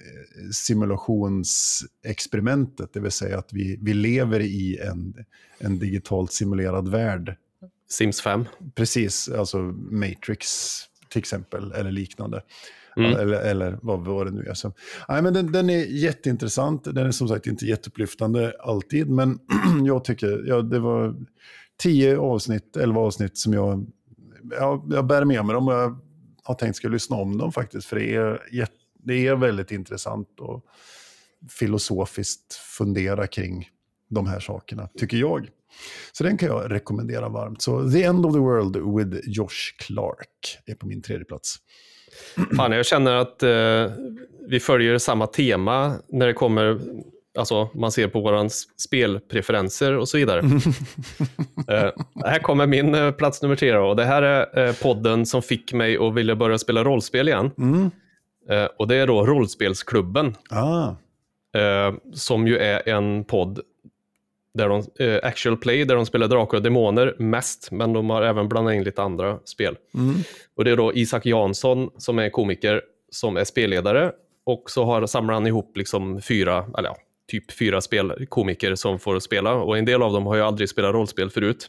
simulationsexperimentet. Det vill säga att vi lever i en digitalt simulerad värld. Sims 5. Precis, alltså Matrix till exempel eller liknande. Eller vad var det nu är. Så, nej, men den är jätteintressant. Den är som sagt inte jätteupplyftande alltid. Men jag tycker, det var 11 avsnitt som jag bär med mig dem. Och jag har tänkt ska lyssna om dem faktiskt. För det är väldigt intressant och filosofiskt fundera kring de här sakerna, tycker jag. Så den kan jag rekommendera varmt. Så The End of the World with Josh Clark är på min 3:e plats. Fan, jag känner att vi följer samma tema när det kommer, alltså man ser på våra spelpreferenser och så vidare. Här kommer min plats nummer 3 då, och det här är podden som fick mig att vilja börja spela rollspel igen. Och det är då Rollspelsklubben. Som ju är en podd där de actual play, där de spelar drakar och demoner mest, men de har även blandat in lite andra spel. Och det är då Isak Jansson som är komiker som är spelledare, och så samlar han ihop liksom 4 spelkomiker som får spela, och en del av dem har ju aldrig spelat rollspel förut.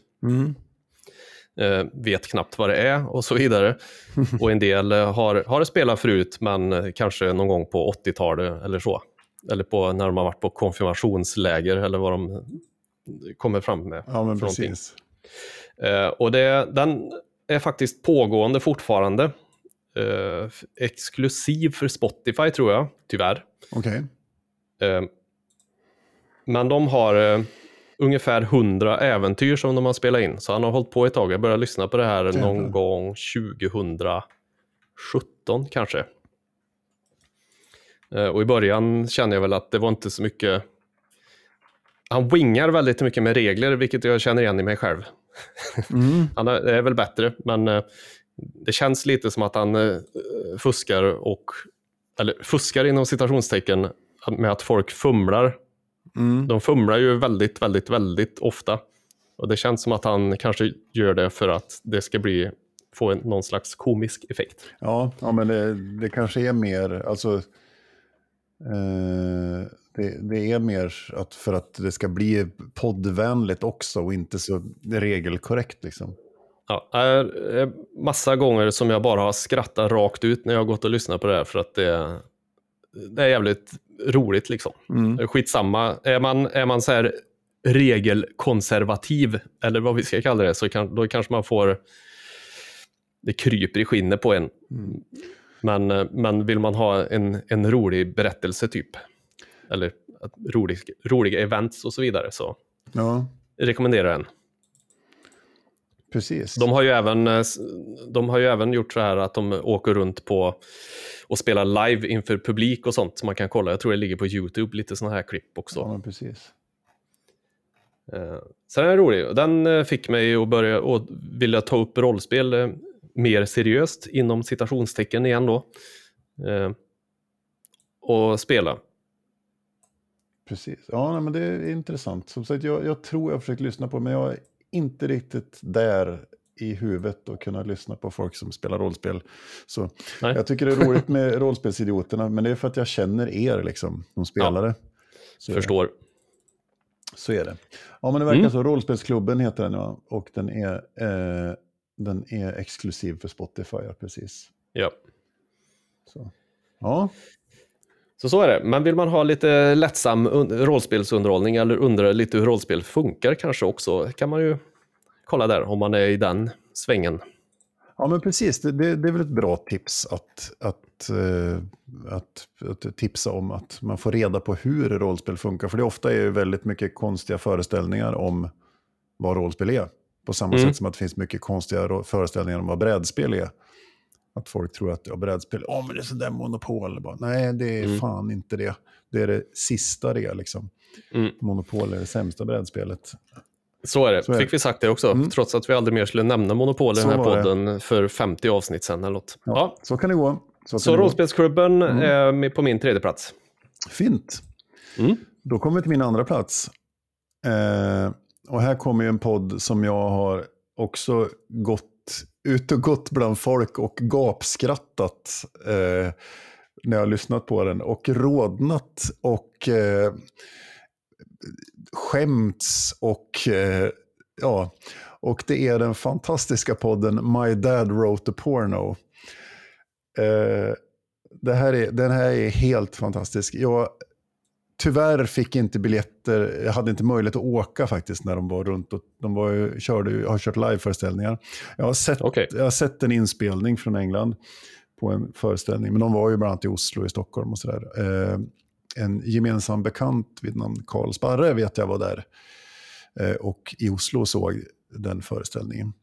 Vet knappt vad det är och så vidare. Och en del har spelat förut, men kanske någon gång på 80-talet eller så. Eller när de har varit på konfirmationsläger eller vad de kommer fram med. Ja, men precis. Och den är faktiskt pågående fortfarande. Exklusiv för Spotify tror jag, tyvärr. Okej. Men de har ungefär 100 äventyr som de har spelat in. Så han har hållit på ett tag. Jag började lyssna på det här någon gång 2017 kanske. Och i början kände jag väl att det var inte så mycket... Han wingar väldigt mycket med regler, vilket jag känner igen i mig själv. Han är väl bättre, men det känns lite som att han fuskar inom citationstecken med att folk fumlar. De fumlar ju väldigt, väldigt, väldigt ofta. Och det känns som att han kanske gör det för att det ska få någon slags komisk effekt. Ja, men det kanske är mer, alltså det är mer för att det ska bli poddvänligt också och inte så regelkorrekt liksom. Ja, massa gånger som jag bara har skrattat rakt ut när jag har gått och lyssnat på det här, för att det är jävligt roligt liksom. Skitsamma. Är man så här regelkonservativ, eller vad vi ska kalla det, så då kanske man får, det kryper i skinnet på en. Men vill man ha en rolig berättelse typ, eller roliga events och så vidare, så rekommenderar den. Precis. De har ju även gjort så här att de åker runt på och spelar live inför publik och sånt som man kan kolla. Jag tror det ligger på YouTube, lite såna här klipp också. Ja, men precis. Så den är rolig. Den fick mig att börja och vilja ta upp rollspel mer seriöst inom citationstecken igen då. Och spela. Precis. Ja, nej, men det är intressant. Som sagt, jag tror jag har försökt lyssna på, men jag är inte riktigt där i huvudet och kunna lyssna på folk som spelar rollspel. Så Nej. jag tycker det är roligt med rollspelsidioterna, men det är för att jag känner er liksom, de spelare. Så Förstår. Så är det. Ja, men det verkar så. Rollspelsklubben heter den, ja. Och den är exklusiv för Spotify, ja, precis. Ja. Så. Ja. Så är det. Men vill man ha lite lättsam rollspelsunderhållning eller undra lite hur rollspel funkar kanske också, kan man ju kolla där om man är i den svängen. Ja, men precis. Det är väl ett bra tips att tipsa om att man får reda på hur rollspel funkar. För det ofta är ju väldigt mycket konstiga föreställningar om vad rollspel är. På samma sätt som att det finns mycket konstiga föreställningar om vad brädspel är. Att folk tror att brädspel, men det är sådär Monopol. Bara, nej, det är fan inte det. Det är det sista det liksom. Monopol är det sämsta brädspelet. Så är det. Fick vi sagt det också. Trots att vi aldrig mer skulle nämna Monopol i den här podden för 50 avsnitt sedan eller något. Ja, så kan det gå. Så rollspelsklubben är på min 3:e plats. Fint. Då kommer vi till min 2:a plats. Och här kommer ju en podd som jag har också gått bland folk och gapskrattat när jag har lyssnat på den. Och rodnat och skämts och och det är den fantastiska podden My Dad Wrote a Porno. Den här är helt fantastisk. Jag tyvärr fick inte biljetter, jag hade inte möjlighet att åka faktiskt när de var runt och har kört liveföreställningar. Jag har sett en inspelning från England på en föreställning, men de var ju bland annat i Oslo, i Stockholm och sådär. En gemensam bekant vid namn Karl Sparre vet jag var där och i Oslo såg den föreställningen.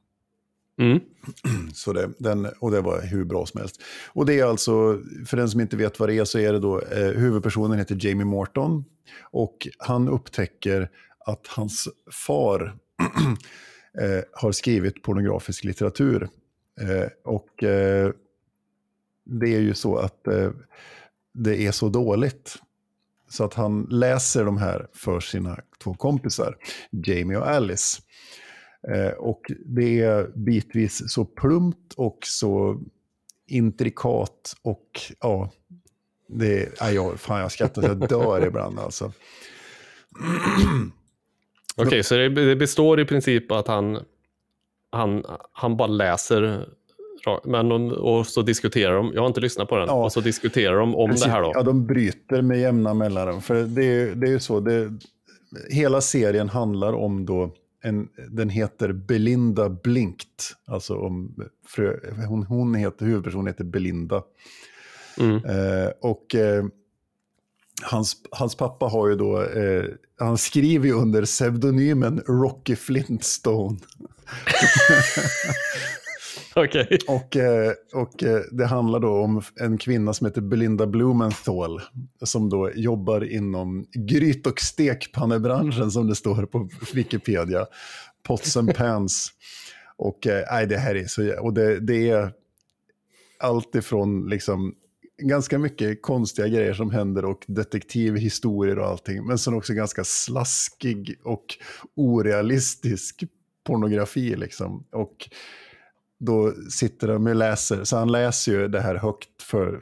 Så det var hur bra som helst. Och det är alltså, för den som inte vet vad det är, så är det då huvudpersonen heter Jamie Morton och han upptäcker att hans far har skrivit pornografisk litteratur. Och det är ju så att det är så dåligt så att han läser de här för sina 2 kompisar, Jamie och Alice. Och det är bitvis så plumpt och så intrikat och jag skrattar så jag dör ibland alltså. Okej, så det består i princip att han bara läser och så diskuterar de, jag har inte lyssnat på den, och så diskuterar de om precis, det här då. Ja, de bryter med jämna mellanrum, för det är ju så, hela serien handlar om då den heter Belinda Blinked, alltså om huvudpersonen heter Belinda. Och hans pappa har ju då han skriver ju under pseudonymen Rocky Flintstone. Okej. Och det handlar då om en kvinna som heter Belinda Blumenthal som då jobbar inom gryt- och stekpannebranschen, som det står på Wikipedia. Pots and pans. Och det här är så, och det är allt ifrån liksom ganska mycket konstiga grejer som händer och detektivhistorier och allting, men sen också ganska slaskig och orealistisk pornografi liksom. Och då sitter de och läser, så han läser ju det här högt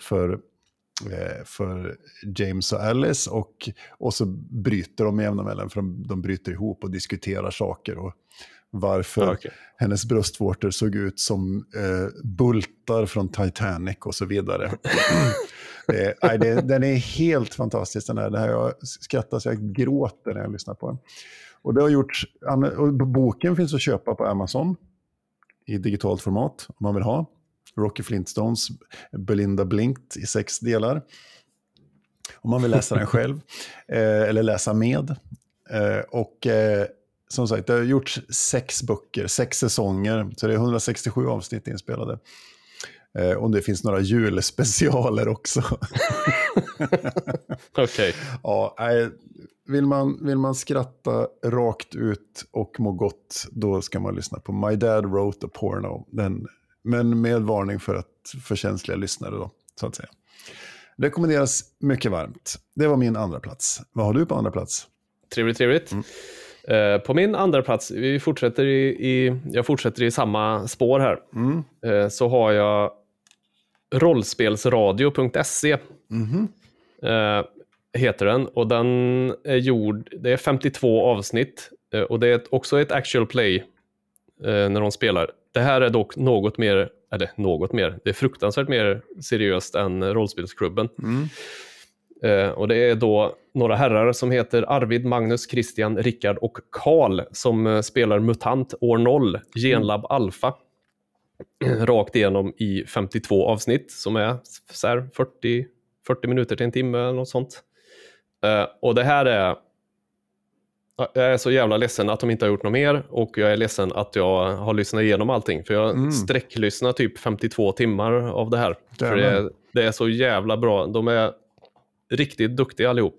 för James och Alice och så bryter de med jämna mellan, för de bryter ihop och diskuterar saker och varför hennes bröstvårtor såg ut som bultar från Titanic och så vidare. Den är helt fantastisk den här. Jag skrattar så jag gråter när jag lyssnar på den. Och det har gjorts, och boken finns att köpa på Amazon i digitalt format om man vill ha. Rocky Flintstones, Belinda Blinked i 6 delar. Om man vill läsa den själv eller läsa med. Och som sagt, det har gjorts 6 böcker, 6 säsonger, så det är 167 avsnitt inspelade. Och det finns några julspecialer också. Okej. Ja, vill man skratta rakt ut och må gott, då ska man lyssna på My Dad Wrote a Porno. Men med varning för känsliga lyssnare då, så att säga. Rekommenderas mycket varmt. Det var min andra plats. Vad har du på andra plats? Trevligt. På min andra plats, jag fortsätter i samma spår här, så har jag rollspelsradio.se heter den, och den är gjord, det är 52 avsnitt och det är också ett actual play när de spelar. Det här är dock något mer, det är fruktansvärt mer seriöst än rollspelsklubben. Och det är då några herrar som heter Arvid, Magnus, Christian, Rickard och Karl som spelar MUTANT år 0, Genlab Alpha, rakt igenom i 52 avsnitt som är så här 40 minuter till en timme eller något sånt. Och det här är, jag är så jävla ledsen att de inte har gjort något mer, och jag är ledsen att jag har lyssnat igenom allting, för jag sträcklyssnar typ 52 timmar av det här. För det är så jävla bra. De är riktigt duktiga allihop.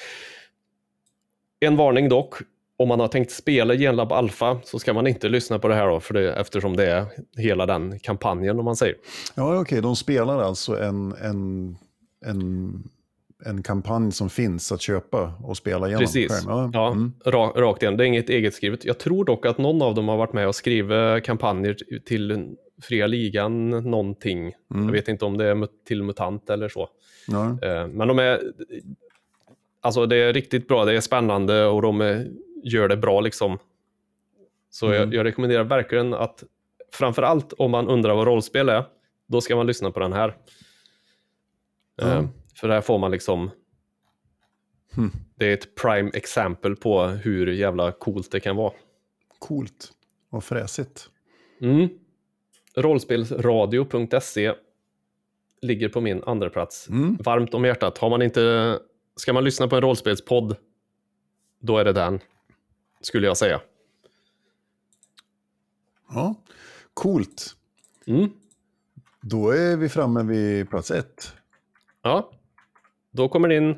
En varning dock, om man har tänkt spela Genlab Alpha så ska man inte lyssna på det här då, eftersom det är hela den kampanjen, om man säger. Ja, okej. De spelar alltså en kampanj som finns att köpa och spela igenom. Precis, rakt igen. Det är inget eget skrivet. Jag tror dock att någon av dem har varit med och skrivit kampanjer till Fria Ligan någonting. Jag vet inte om det är till MUTANT eller så. Men de är, alltså det är riktigt bra, det är spännande och de gör det bra liksom. Så jag rekommenderar verkligen att, framförallt om man undrar vad rollspel är, då ska man lyssna på den här. För där får man liksom det är ett prime exempel på hur jävla coolt det kan vara. Coolt och fräsigt. Rollspelsradio.se ligger på min andra plats. Varmt om hjärtat. Ska man lyssna på en rollspelspodd, då är det den, skulle jag säga. Ja, coolt. Då är vi framme vid plats 1. Ja, då kommer det in.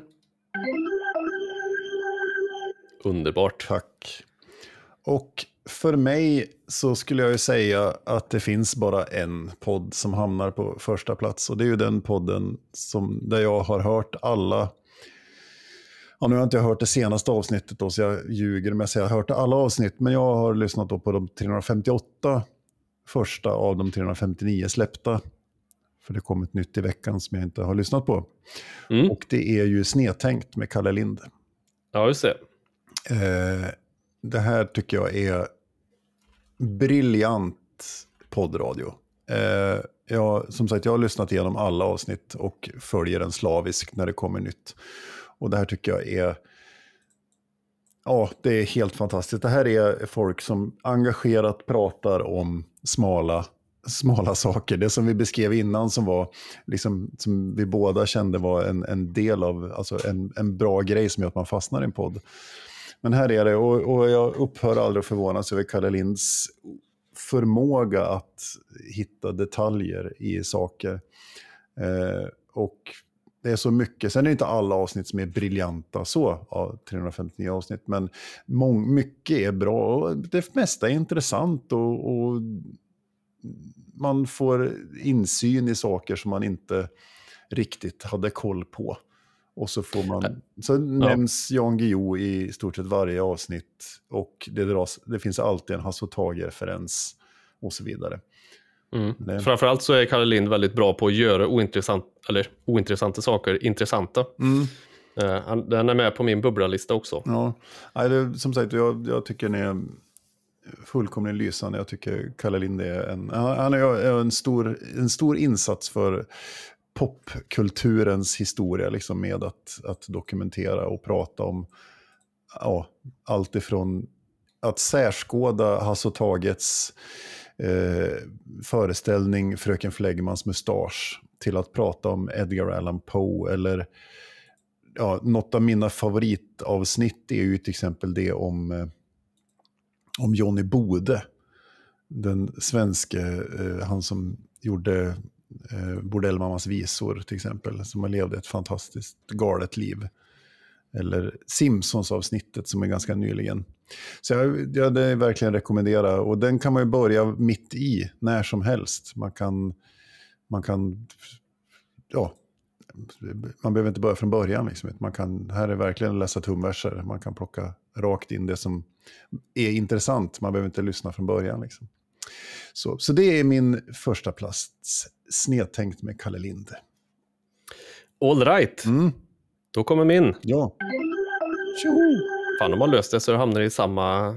Underbart. Tack. Och för mig så skulle jag ju säga att det finns bara en podd som hamnar på första plats. Och det är ju den podden där jag har hört alla. Ja, nu har jag inte hört det senaste avsnittet då, så jag ljuger med att säga jag har hört alla avsnitt. Men jag har lyssnat då på de 358 första av de 359 släppta. För det kom ett nytt i veckan som jag inte har lyssnat på. Och det är ju Snedtänkt med Kalle Lind. Ja, just det. Det här tycker jag är briljant poddradio. Som sagt, jag har lyssnat igenom alla avsnitt och följer den slaviskt när det kommer nytt. Och det här tycker jag är... Ja, det är helt fantastiskt. Det här är folk som engagerat pratar om smala saker. Det som vi beskrev innan som var liksom, som vi båda kände var en del av, alltså en bra grej som gör att man fastnar i en podd. Men här är det, och jag upphör aldrig att förvånas över Kalle Linds förmåga att hitta detaljer i saker. Och det är så mycket. Sen är det inte alla avsnitt som är briljanta så av 359 avsnitt, men mycket är bra och det mesta är intressant och man får insyn i saker som man inte riktigt hade koll på. Och så får man, så nämns Jan Guillou i stort sett varje avsnitt och det finns alltid en Hasse och Tage-referens och så vidare. Framförallt så är Kalle Lind väldigt bra på att göra ointressanta saker intressanta. Den är med på min bubblalista också. Ja, som sagt, jag tycker den är fullkomligt lysande. Jag tycker Kalle Lind är en stor insats för popkulturens historia liksom, med att dokumentera och prata om allt ifrån att särskåda Hasse och Tages föreställning Fröken Fläggmans mustasch till att prata om Edgar Allan Poe eller något av mina favoritavsnitt är ju till exempel det om Johnny Bode, den svenske, han som gjorde Bordellmammas visor till exempel, som har levt ett fantastiskt galet liv. Eller Simpsons-avsnittet som är ganska nyligen. Så jag det verkligen rekommendera. Och den kan man ju börja mitt i, när som helst. Man kan man behöver inte börja från början. Liksom. Här är verkligen läsa tumverser. Man kan plocka rakt in det som är intressant. Man behöver inte lyssna från början. Liksom. Så det är min första plats. Snedtänkt med Kalle Lind. All right. Då kommer min. Ja. Fan, de har löst det så det hamnar i samma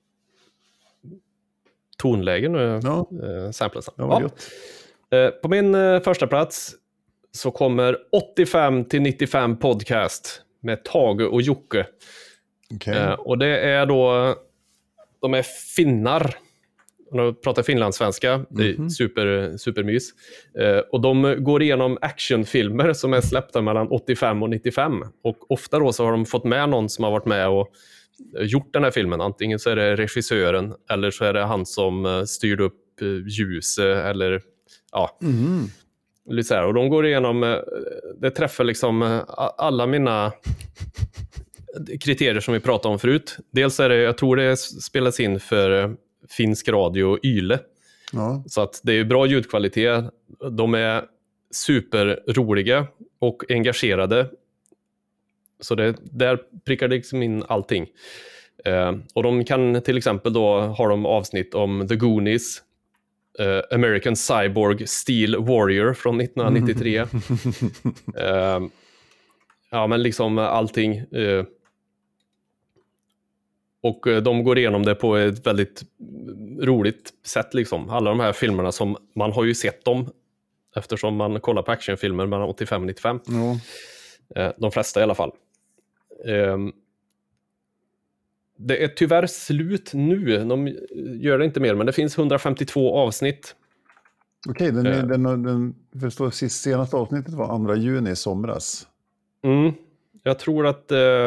tonläge nu. Ja. Samples. Ja. På min första plats så kommer 85-95 podcast med Tage och Jocke. Okay. Och det är då, de är finnar. De pratar finlandssvenska. Det är supermys. Och de går igenom actionfilmer som är släppta mellan 85 och 95. Och ofta då så har de fått med någon som har varit med och gjort den här filmen. Antingen så är det regissören eller så är det han som styrde upp ljuset eller ja. Lite så här. Och de går igenom, det träffar liksom alla mina kriterier som vi pratade om förut. Dels är det, jag tror det spelas in för finsk radio Yle. Ja. Så att det är bra ljudkvalitet. De är superroliga och engagerade. Så där prickar det liksom in allting. Och de kan till exempel då ha de avsnitt om The Goonies, American Cyborg Steel Warrior från 1993. Ja, men liksom allting. Och de går igenom det på ett väldigt roligt sätt liksom. Alla de här filmerna som man har ju sett dem eftersom man kollar på actionfilmer mellan 85 och 95. De flesta i alla fall. Det är tyvärr slut nu. De gör det inte mer, men det finns 152 avsnitt. Okej, förstår, senaste avsnittet var 2 juni i somras. Jag tror att...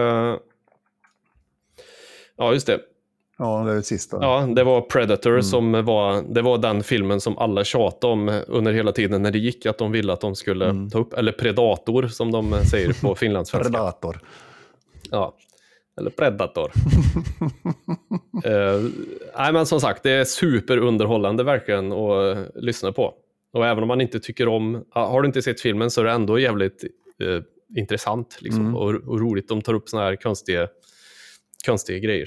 ja, just det. Ja, det är det sista. Ja, det var Predator som det var den filmen som alla tjatade om under hela tiden när det gick, att de ville att de skulle ta upp, eller Predator som de säger på finlandssvenska. Predator. Ja, eller Predator. Nej, men som sagt, det är superunderhållande verkligen att lyssna på. Och även om man inte tycker om, har du inte sett filmen så är det ändå jävligt intressant liksom, och roligt. De tar upp såna här konstiga grejer.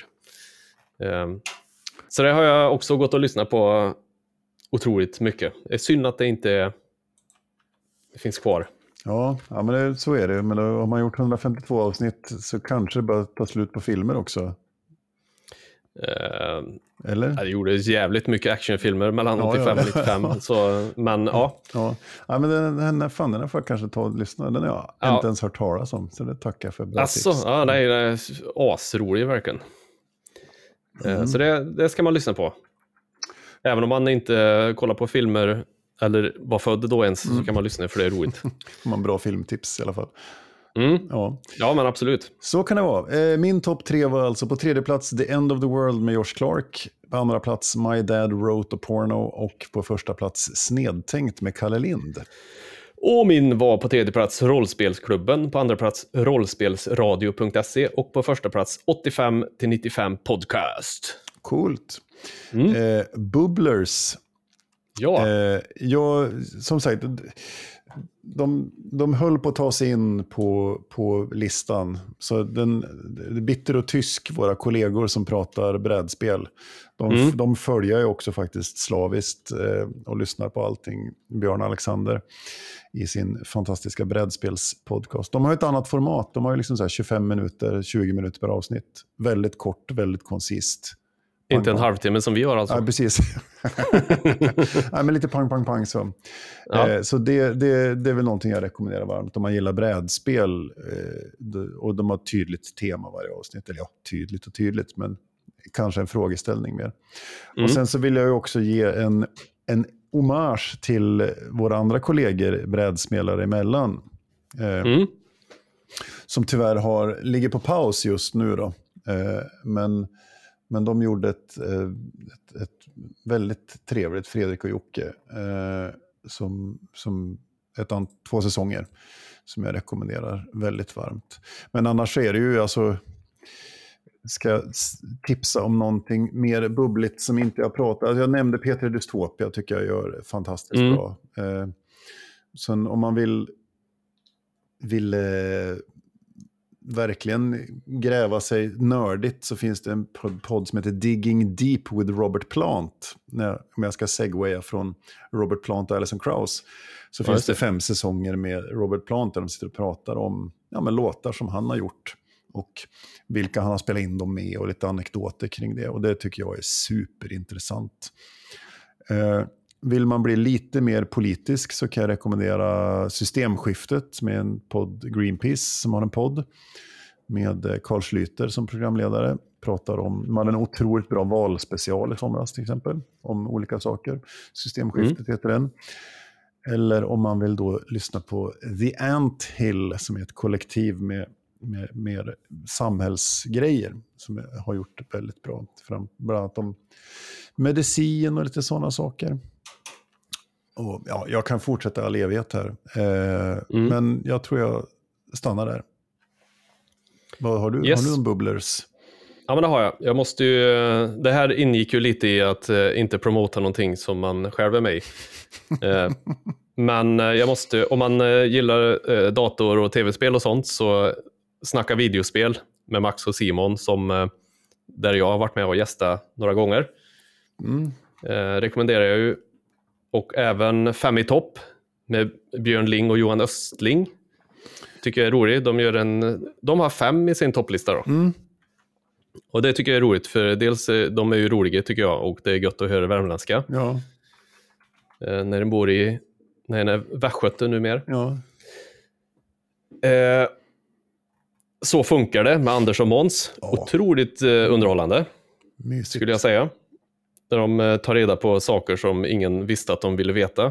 Så det har jag också gått och lyssnat på otroligt mycket. Det är synd att det inte finns kvar. Ja men så är det. Men då, om man gjort 152 avsnitt så kanske det bara tar slut på filmer också. Eller? Det gjordes jävligt mycket actionfilmer mellan 85 och 95. Så, men ja. Ja, men den får jag kanske ta och lyssna. Den har jag inte ens hört talas om. Så det tackar för bra tips. Ja, det är asrolig verkligen. Så det ska man lyssna på. Även om man inte kollar på filmer eller var född då ens, så kan man lyssna för det är roligt. Man har bra filmtips i alla fall. Ja, men absolut. Så kan det vara. Min topp 3 var alltså på 3:e plats The End of the World med Josh Clark. På 2:a plats My Dad Wrote a Porno. Och på 1:a plats Snedtänkt med Kalle Lind. Och min var på 3:e plats Rollspelsklubben. På 2:a plats rollspelsradio.se. Och på 1:a plats 85-95 podcast. Coolt. Bubblers. Ja. Som sagt, de höll på att ta sig in på listan. Så Bitter och Tysk, våra kollegor som pratar brädspel, de följer ju också faktiskt slaviskt och lyssnar på allting. Björn Alexander i sin fantastiska brädspelspodcast. De har ett annat format. De har ju liksom så här 25 minuter, 20 minuter per avsnitt. Väldigt kort, väldigt koncist. Inte en halvtimme som vi har alltså. Ja, precis. Nej, men lite pang. Så, så det är väl någonting jag rekommenderar varmt. Om man gillar brädspel och de har ett tydligt tema varje avsnitt. Eller ja, tydligt, men kanske en frågeställning mer. Och sen så vill jag ju också ge en hommage till våra andra kollegor, brädspelare emellan. Som tyvärr ligger på paus just nu då. Men de gjorde ett väldigt trevligt, Fredrik och Jocke, som 2 säsonger som jag rekommenderar väldigt varmt. Men annars är det ju, alltså, ska jag tipsa om någonting mer bubbligt som inte jag pratar. Alltså jag nämnde Peter Dystopia, tycker jag gör fantastiskt bra. Sen om man vill vill verkligen gräva sig nördigt så finns det en podd som heter Digging Deep with Robert Plant. Om jag ska segwaya från Robert Plant och Alison Krauss så finns det 5 säsonger med Robert Plant där de sitter och pratar om låtar som han har gjort och vilka han har spelat in dem med och lite anekdoter kring det. Och det tycker jag är superintressant. Vill man bli lite mer politisk så kan jag rekommendera Systemskiftet med en podd, Greenpeace, som har en podd med Carl Schlüter som programledare. Pratar om, man hade en otroligt bra valspecial i somras till exempel, om olika saker. Systemskiftet heter den. Eller om man vill då lyssna på The Ant Hill som är ett kollektiv med mer samhällsgrejer som har gjort det väldigt bra. Bland annat om medicin och lite sådana saker. Och jag kan fortsätta all evighet här. Men jag tror jag stannar där. Vad har du? Yes. Har du en bubblers? Ja, men det har jag. Jag måste ju, det här ingick ju lite i att inte promota någonting som man själv är med i. Men jag måste, om man gillar dator och tv-spel och sånt så snacka videospel med Max och Simon som där jag har varit med och gästat några gånger. Rekommenderar jag ju. Och även 5 i topp med Björn Ling och Johan Östling. Tycker jag är roligt. De har 5 i sin topplista då. Och det tycker jag är roligt för dels de är ju roliga tycker jag och det är gött att höra värmländska. Ja. När den bor i när den är västgöte numera. Ja. Så funkar det med Anders och Måns. Ja. Otroligt underhållande. Mysigt. Skulle jag säga. Där de tar reda på saker som ingen visste att de ville veta.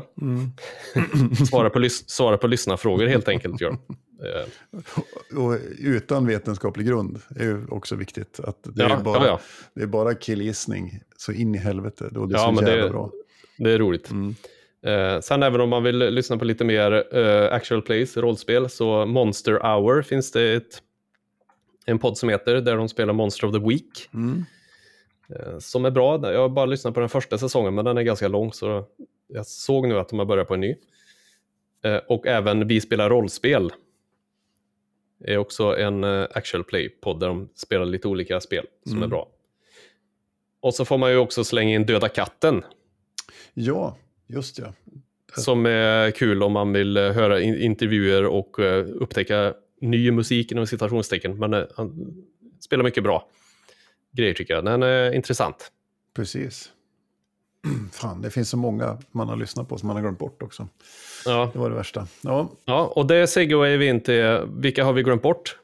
Svara på lyssnarfrågor helt enkelt. Och utan vetenskaplig grund är ju också viktigt. Att det, det är bara killgissning. Så in i helvete. Då det är så jävla bra. Det är roligt. Sen även om man vill lyssna på lite mer actual plays, rollspel. Så Monster Hour finns det en podd som heter. Där de spelar Monster of the Week. Som är bra. Jag har bara lyssnat på den första säsongen men den är ganska lång så jag såg nu att de har börjat på en ny. Och även Vi spelar rollspel är också en actual play-podd där de spelar lite olika spel som är bra. Och så får man ju också slänga in Döda katten. Ja, just det. Som är kul om man vill höra intervjuer och upptäcka ny musik inom citationstecken. Men han spelar mycket bra grejer tycker jag. Den är intressant. Precis. Fan, det finns så många man har lyssnat på som man har glömt bort också. Ja. Det var det värsta. Ja, och det segway vi inte. Vilka har vi glömt bort?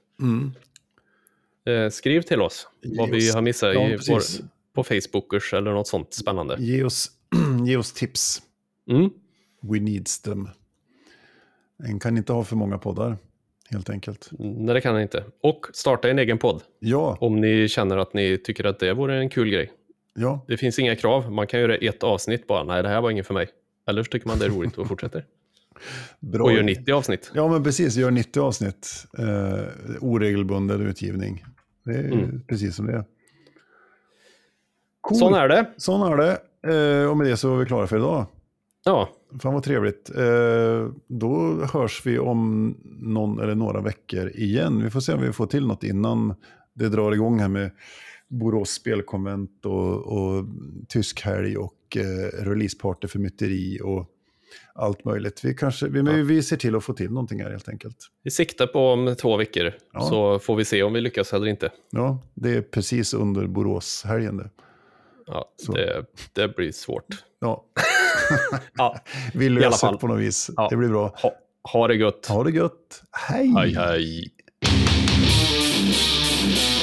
Skriv till oss vad vi har missat på Facebookers eller något sånt spännande. Ge oss tips. We needs them. En kan inte ha för många poddar. Helt enkelt. Nej, det kan han inte. Och starta en egen podd. Ja. Om ni känner att ni tycker att det vore en kul grej. Ja. Det finns inga krav. Man kan göra ett avsnitt bara. Nej, det här var inget för mig. Eller så tycker man det är roligt och fortsätter. Bra. Och gör 90 avsnitt. Ja, men precis. Gör 90 avsnitt. Oregelbunden utgivning. Det är precis som det är. Cool. Sån är det. Sån är det. Och med det så är vi klara för idag. Ja. Fan vad trevligt. Då hörs vi om någon eller några veckor igen. Vi får se om vi får till något innan det drar igång här med Borås spelkonvent och tysk helg och releaseparty för myteri och allt möjligt. Vi ser till att få till någonting här helt enkelt. Vi siktar på om 2 veckor så får vi se om vi lyckas eller inte. Ja, det är precis under Borås-helgen det. Ja, det blir svårt. Ja. Ja, vi löser det på något vis. Ja. Det blir bra. Ha det gött. Ha det gött. Hej. Hej, hej.